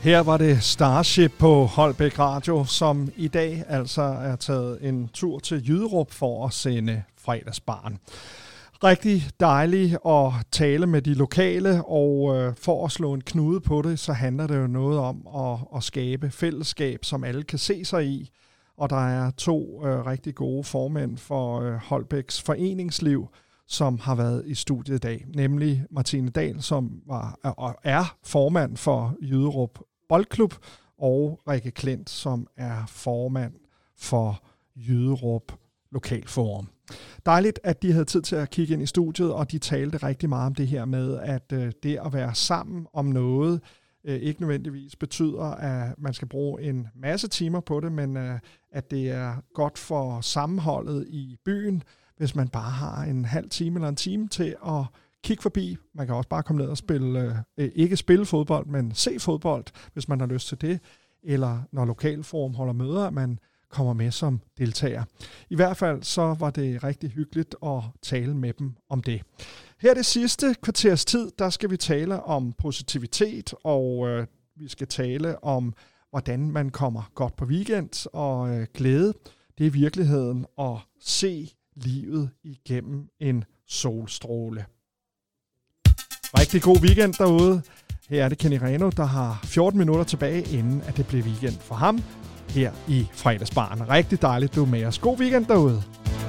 Her var det Starship på Holbæk Radio, som i dag altså er taget en tur til Jyderup for at sende Fredagsbarn. Rigtig dejligt at tale med de lokale, og for at slå en knude på det, så handler det jo noget om at skabe fællesskab, som alle kan se sig i. Og der er 2 rigtig gode formænd for Holbæks foreningsliv, som har været i studiet i dag, nemlig Martine Dahl, som er formand for Jyderup Boldklub, og Rikke Klint, som er formand for Jyderup Lokalforum. Dejligt, at de havde tid til at kigge ind i studiet, og de talte rigtig meget om det her med, at det at være sammen om noget ikke nødvendigvis betyder, at man skal bruge en masse timer på det, men at det er godt for sammenholdet i byen, hvis man bare har en halv time eller en time til at kigge forbi. Man kan også bare komme ned og spille, ikke spille fodbold, men se fodbold, hvis man har lyst til det. Eller når Lokalforum holder møder, at man kommer med som deltager. I hvert fald så var det rigtig hyggeligt at tale med dem om det. Her det sidste kvarters tid, der skal vi tale om positivitet, og vi skal tale om, hvordan man kommer godt på weekend og glæde. Det er i virkeligheden at se livet igennem en solstråle. Rigtig god weekend derude. Her er det Kenny Reno, der har 14 minutter tilbage, inden at det bliver weekend for ham her i Fredagsbarn. Rigtig dejligt, du er med os. God weekend derude.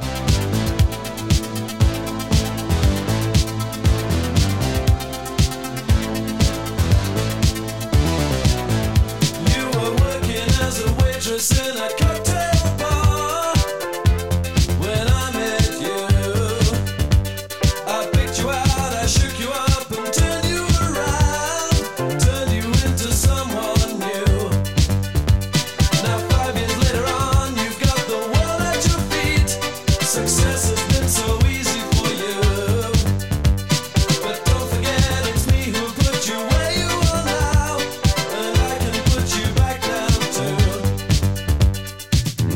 You were working as a waitress in a cocktail bar. When I met you, I picked you out, I shook you up and turned you around, turned you into someone new. Now 5 years later on, you've got the world at your feet. Success has been so easy for you, but don't forget it's me who put you where you are now, and I can put you back down too.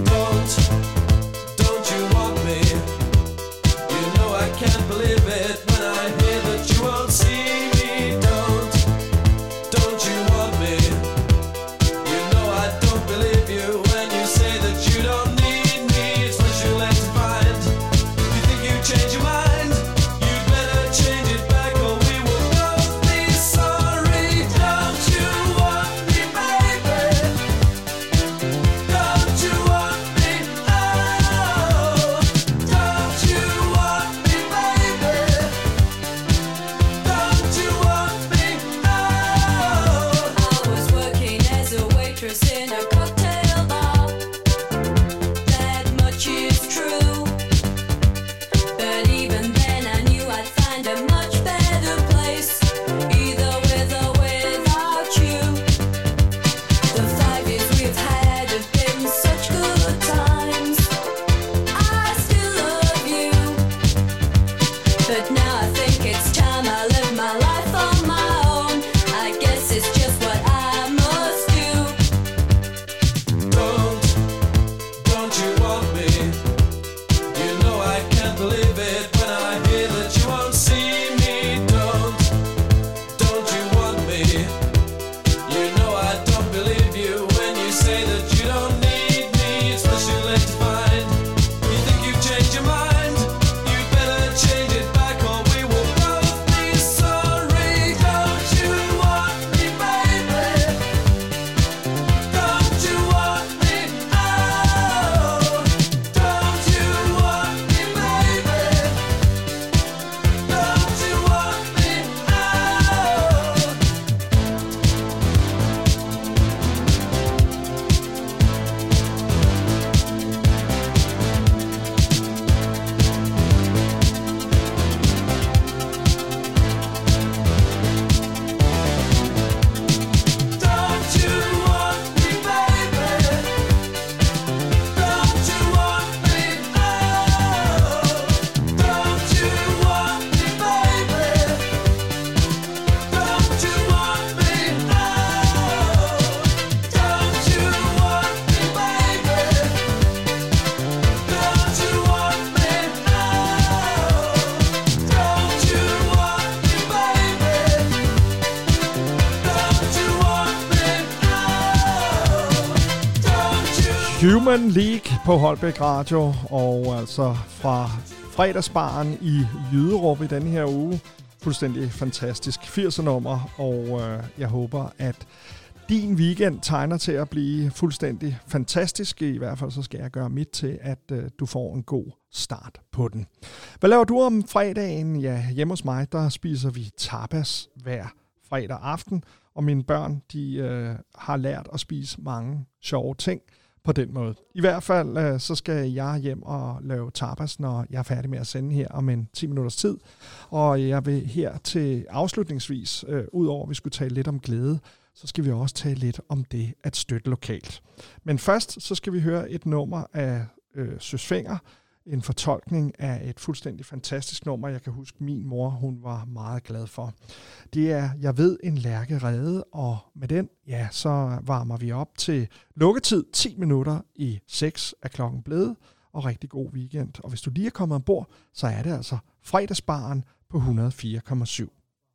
Human League på Holbæk Radio, og altså fra fredagsbaren i Jyderup i denne her uge. Fuldstændig fantastisk 80'er-nummer, og jeg håber, at din weekend tegner til at blive fuldstændig fantastisk. I hvert fald så skal jeg gøre mit til, at du får en god start på den. Hvad laver du om fredagen? Ja, hjemme hos mig, der spiser vi tapas hver fredag aften, og mine børn, de har lært at spise mange sjove ting på den måde. I hvert fald så skal jeg hjem og lave tapas, når jeg er færdig med at sende her om en 10 minutters tid. Og jeg vil her til afslutningsvis, udover at vi skulle tale lidt om glæde, så skal vi også tale lidt om det at støtte lokalt. Men først så skal vi høre et nummer af Søs Fenger, en fortolkning af et fuldstændig fantastisk nummer. Jeg kan huske, min mor, hun var meget glad for. Det er Jeg ved en lærke redde, og med den, ja, så varmer vi op til lukketid 10 minutter i 6 af klokken blevet, og rigtig god weekend. Og hvis du lige er kommet ombord, så er det altså fredagsbaren på 104,7.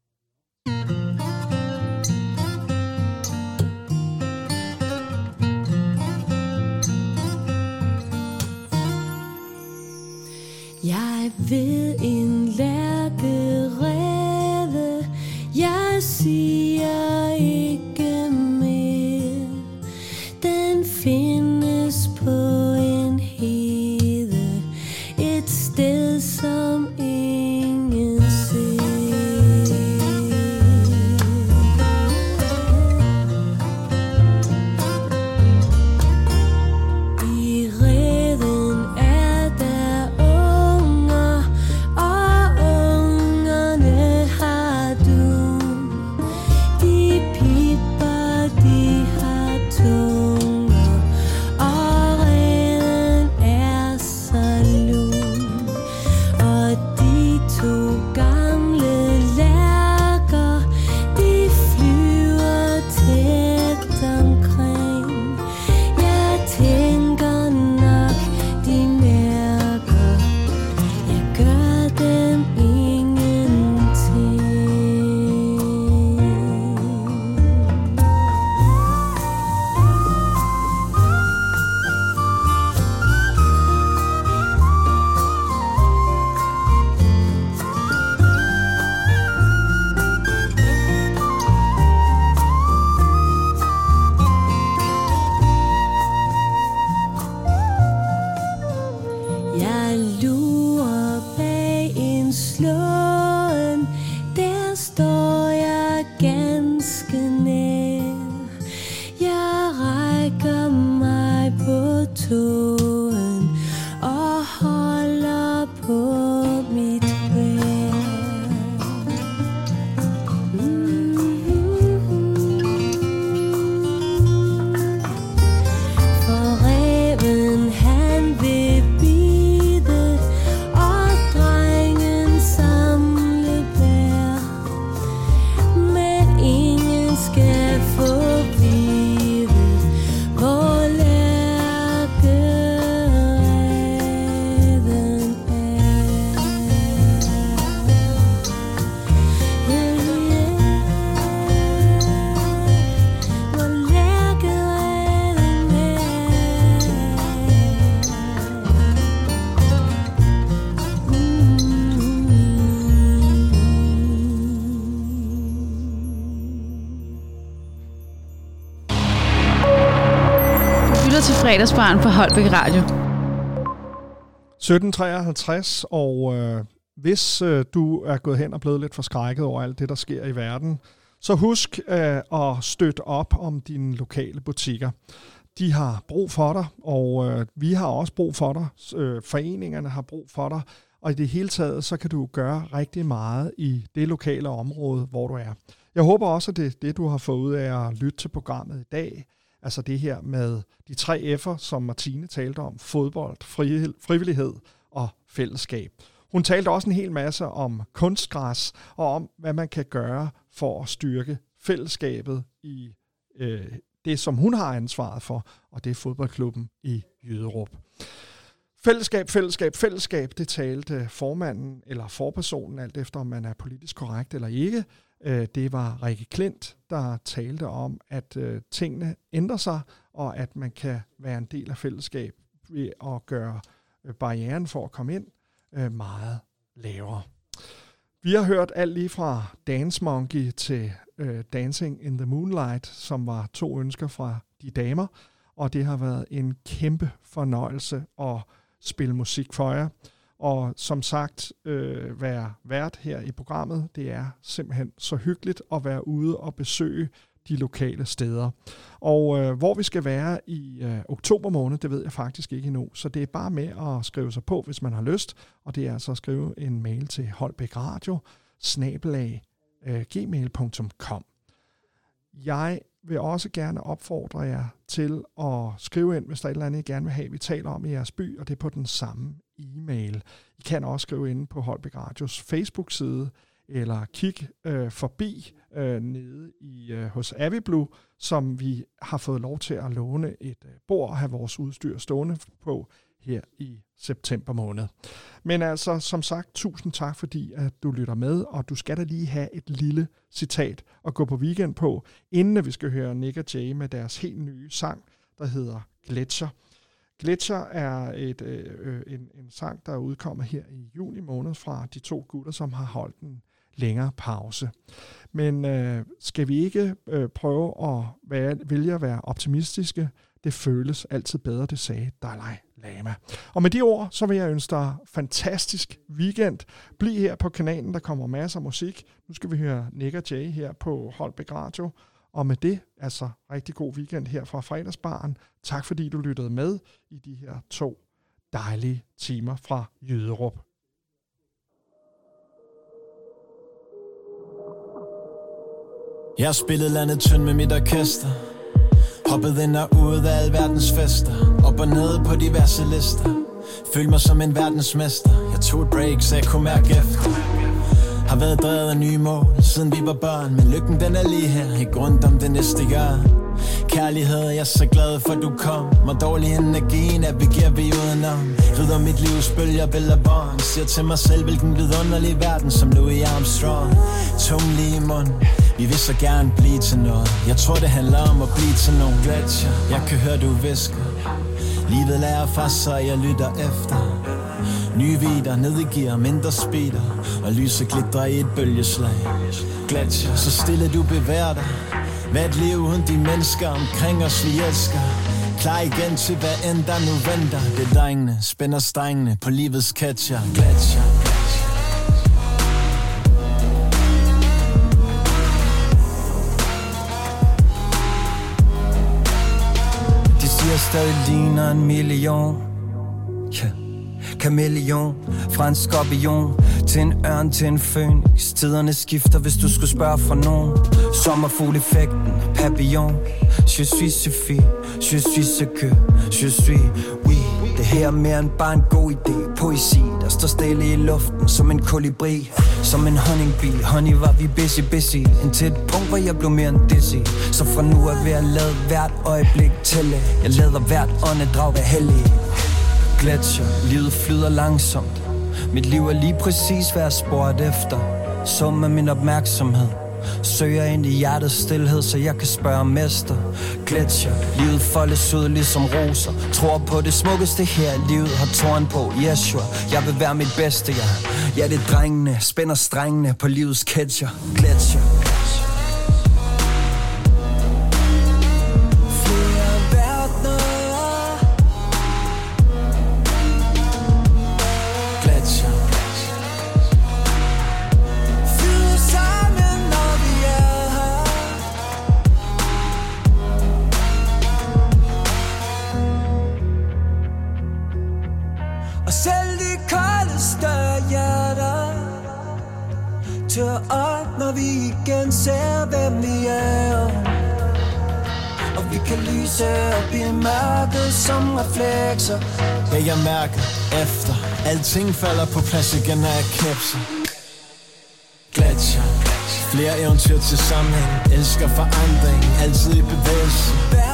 Jeg ved en lærke redde, jeg siger ikke mere. Den findes på en hede, et sted som ingen ser. I reden er der unger, og ungerne har du. De piper, de har tunger, og reden er så lun. Og de to gamle lærker, de flyver tæt omkring. Jeg tænker nok, de mærker, jeg gør dem ingenting. Jeg lurer bag en slåen, der står jeg ganske nær. Jeg rækker mig på tåen og holder på mit vejr. For ræven han vil bide, og drengen samle bær. Men ingen skal få vide, hvor lærkeræden er. Hvor lærkeræden Du lytter til fredagsbaren på Holbæk Radio. 17:53, og hvis du er gået hen og blevet lidt forskrækket over alt det, der sker i verden, så husk at støtte op om dine lokale butikker. De har brug for dig, og vi har også brug for dig. Foreningerne har brug for dig, og i det hele taget, så kan du gøre rigtig meget i det lokale område, hvor du er. Jeg håber også, at det er det, du har fået ud af at lytte til programmet i dag. Altså det her med de 3 F'er, som Martine talte om: fodbold, frivillighed og fællesskab. Hun talte også en hel masse om kunstgræs og om, hvad man kan gøre for at styrke fællesskabet i det, som hun har ansvaret for, og det er fodboldklubben i Jyderup. Fællesskab, fællesskab, fællesskab, det talte formanden eller forpersonen, alt efter om man er politisk korrekt eller ikke. Det var Rikke Klint, der talte om, at tingene ændrer sig, og at man kan være en del af fællesskab ved at gøre barrieren for at komme ind meget lavere. Vi har hørt alt lige fra Dance Monkey til Dancing in the Moonlight, som var 2 ønsker fra de damer, og det har været en kæmpe fornøjelse at spille musik for jer. Og som sagt, være vært her i programmet, det er simpelthen så hyggeligt at være ude og besøge de lokale steder. Og hvor vi skal være i oktober måned, det ved jeg faktisk ikke endnu. Så det er bare med at skrive sig på, hvis man har lyst. Og det er altså at skrive en mail til holbækradio@gmail.com. Jeg vil også gerne opfordre jer til at skrive ind, hvis der er et eller andet, I gerne vil have, vi taler om i jeres by, og det er på den samme e-mail. I kan også skrive ind på Holbæk Radios Facebook-side, eller kig forbi nede hos Aviblue, som vi har fået lov til at låne et bord og have vores udstyr stående på her i september måned. Men altså, som sagt, tusind tak, fordi at du lytter med, og du skal da lige have et lille citat at gå på weekend på, inden vi skal høre Nick og Jay med deres helt nye sang, der hedder Gletscher. Gletscher er en sang, der er udkommet her i juni måned fra de 2 gutter, som har holdt en længere pause. Men skal vi ikke prøve at vælge at være optimistiske? Det føles altid bedre, det sagde Dalai Lama. Og med de ord, så vil jeg ønske dig fantastisk weekend. Bliv her på kanalen, der kommer masser af musik. Nu skal vi høre Nick og Jay her på Holbæk Radio. Og med det, altså rigtig god weekend her fra Fredagsbaren. Tak fordi du lyttede med i de her 2 dejlige timer fra Jyderup. Jeg har spillet landet tynd med mit orkester. Hoppet ind og ud af alverdens fester. Op og ned på diverse lister. Følte mig som en verdensmester. Jeg tog et break, så jeg kunne mærke efter. Har været drevet af nye mål, siden vi var børn. Men lykken den er lige her, ikke rundt om det næste hjørne. Kærlighed, jeg er så glad for du kom. Og dårlig energi navigerer vi udenom. Rider mit livs bølger, bælger bånd. Siger til mig selv, hvilken vidunderlig verden som Louis Armstrong. Tung lige i munden, vi vil så gerne blive til noget. Jeg tror det handler om at blive til nogen gletscher. Jeg kan høre du hvisker. Livet lærer fra sig, jeg lytter efter. Nye vidder, ned i gear, mindre speeder. Og lyset glitrer i et bølgeslag. Gletscher, så stille du bevæger dig. Hvad et liv uden de mennesker omkring os, vi elsker. Klar igen til hvad end der nu venter. Det er drengene, spænder strengene på livets catcher. Gletscher. De siger stadig ligner en million. Ja. Kameleon, fra en skorpion til en ørn til en fønix. Tiderne skifter, hvis du skulle spørge for nogen. Sommerfugleffekten, papillon. Je suis Sophie, je suis ce que je suis, oui. Det her er mere end bare en god idé. Poesi, der står stille i luften som en kolibri. Som en honningbi, honey var vi busy. Indtil et punkt, hvor jeg blev mere end dizzy. Så fra nu er ved at lade hvert øjeblik tælle. Jeg lader hvert åndedrag være hellig. Gletscher, livet flyder langsomt. Mit liv er lige præcis hvad jeg spurgt efter. Sum af min opmærksomhed. Søger ind i hjertets stilhed, så jeg kan spørge mester. Gletscher, livet foldes ud ligesom roser. Tror på det smukkeste her, livet har tårn på. Yes, sure, jeg vil være mit bedste, ja. Ja, det er drengene, spænder strengene på livets catcher. Gletscher. Tør op, når vi igen ser, hvem vi er. Og vi kan lyse op i mørket som reflekser. Ja, jeg mærker efter. Alting falder på plads igen, når jeg knipser. Gletscher. Flere eventyr til sammenhæng. Elsker forandring. Altid i bevægelse.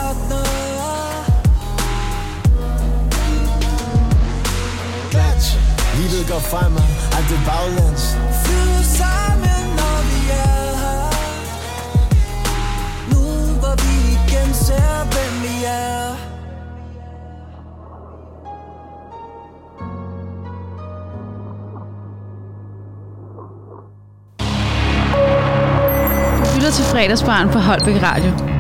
Gletscher. Livet går fremad. Alt det baglæns. Flyder sammen, når vi er her. Nu hvor vi igen ser, hvem vi er. lytter til Fredagsbaren på Holbæk Radio.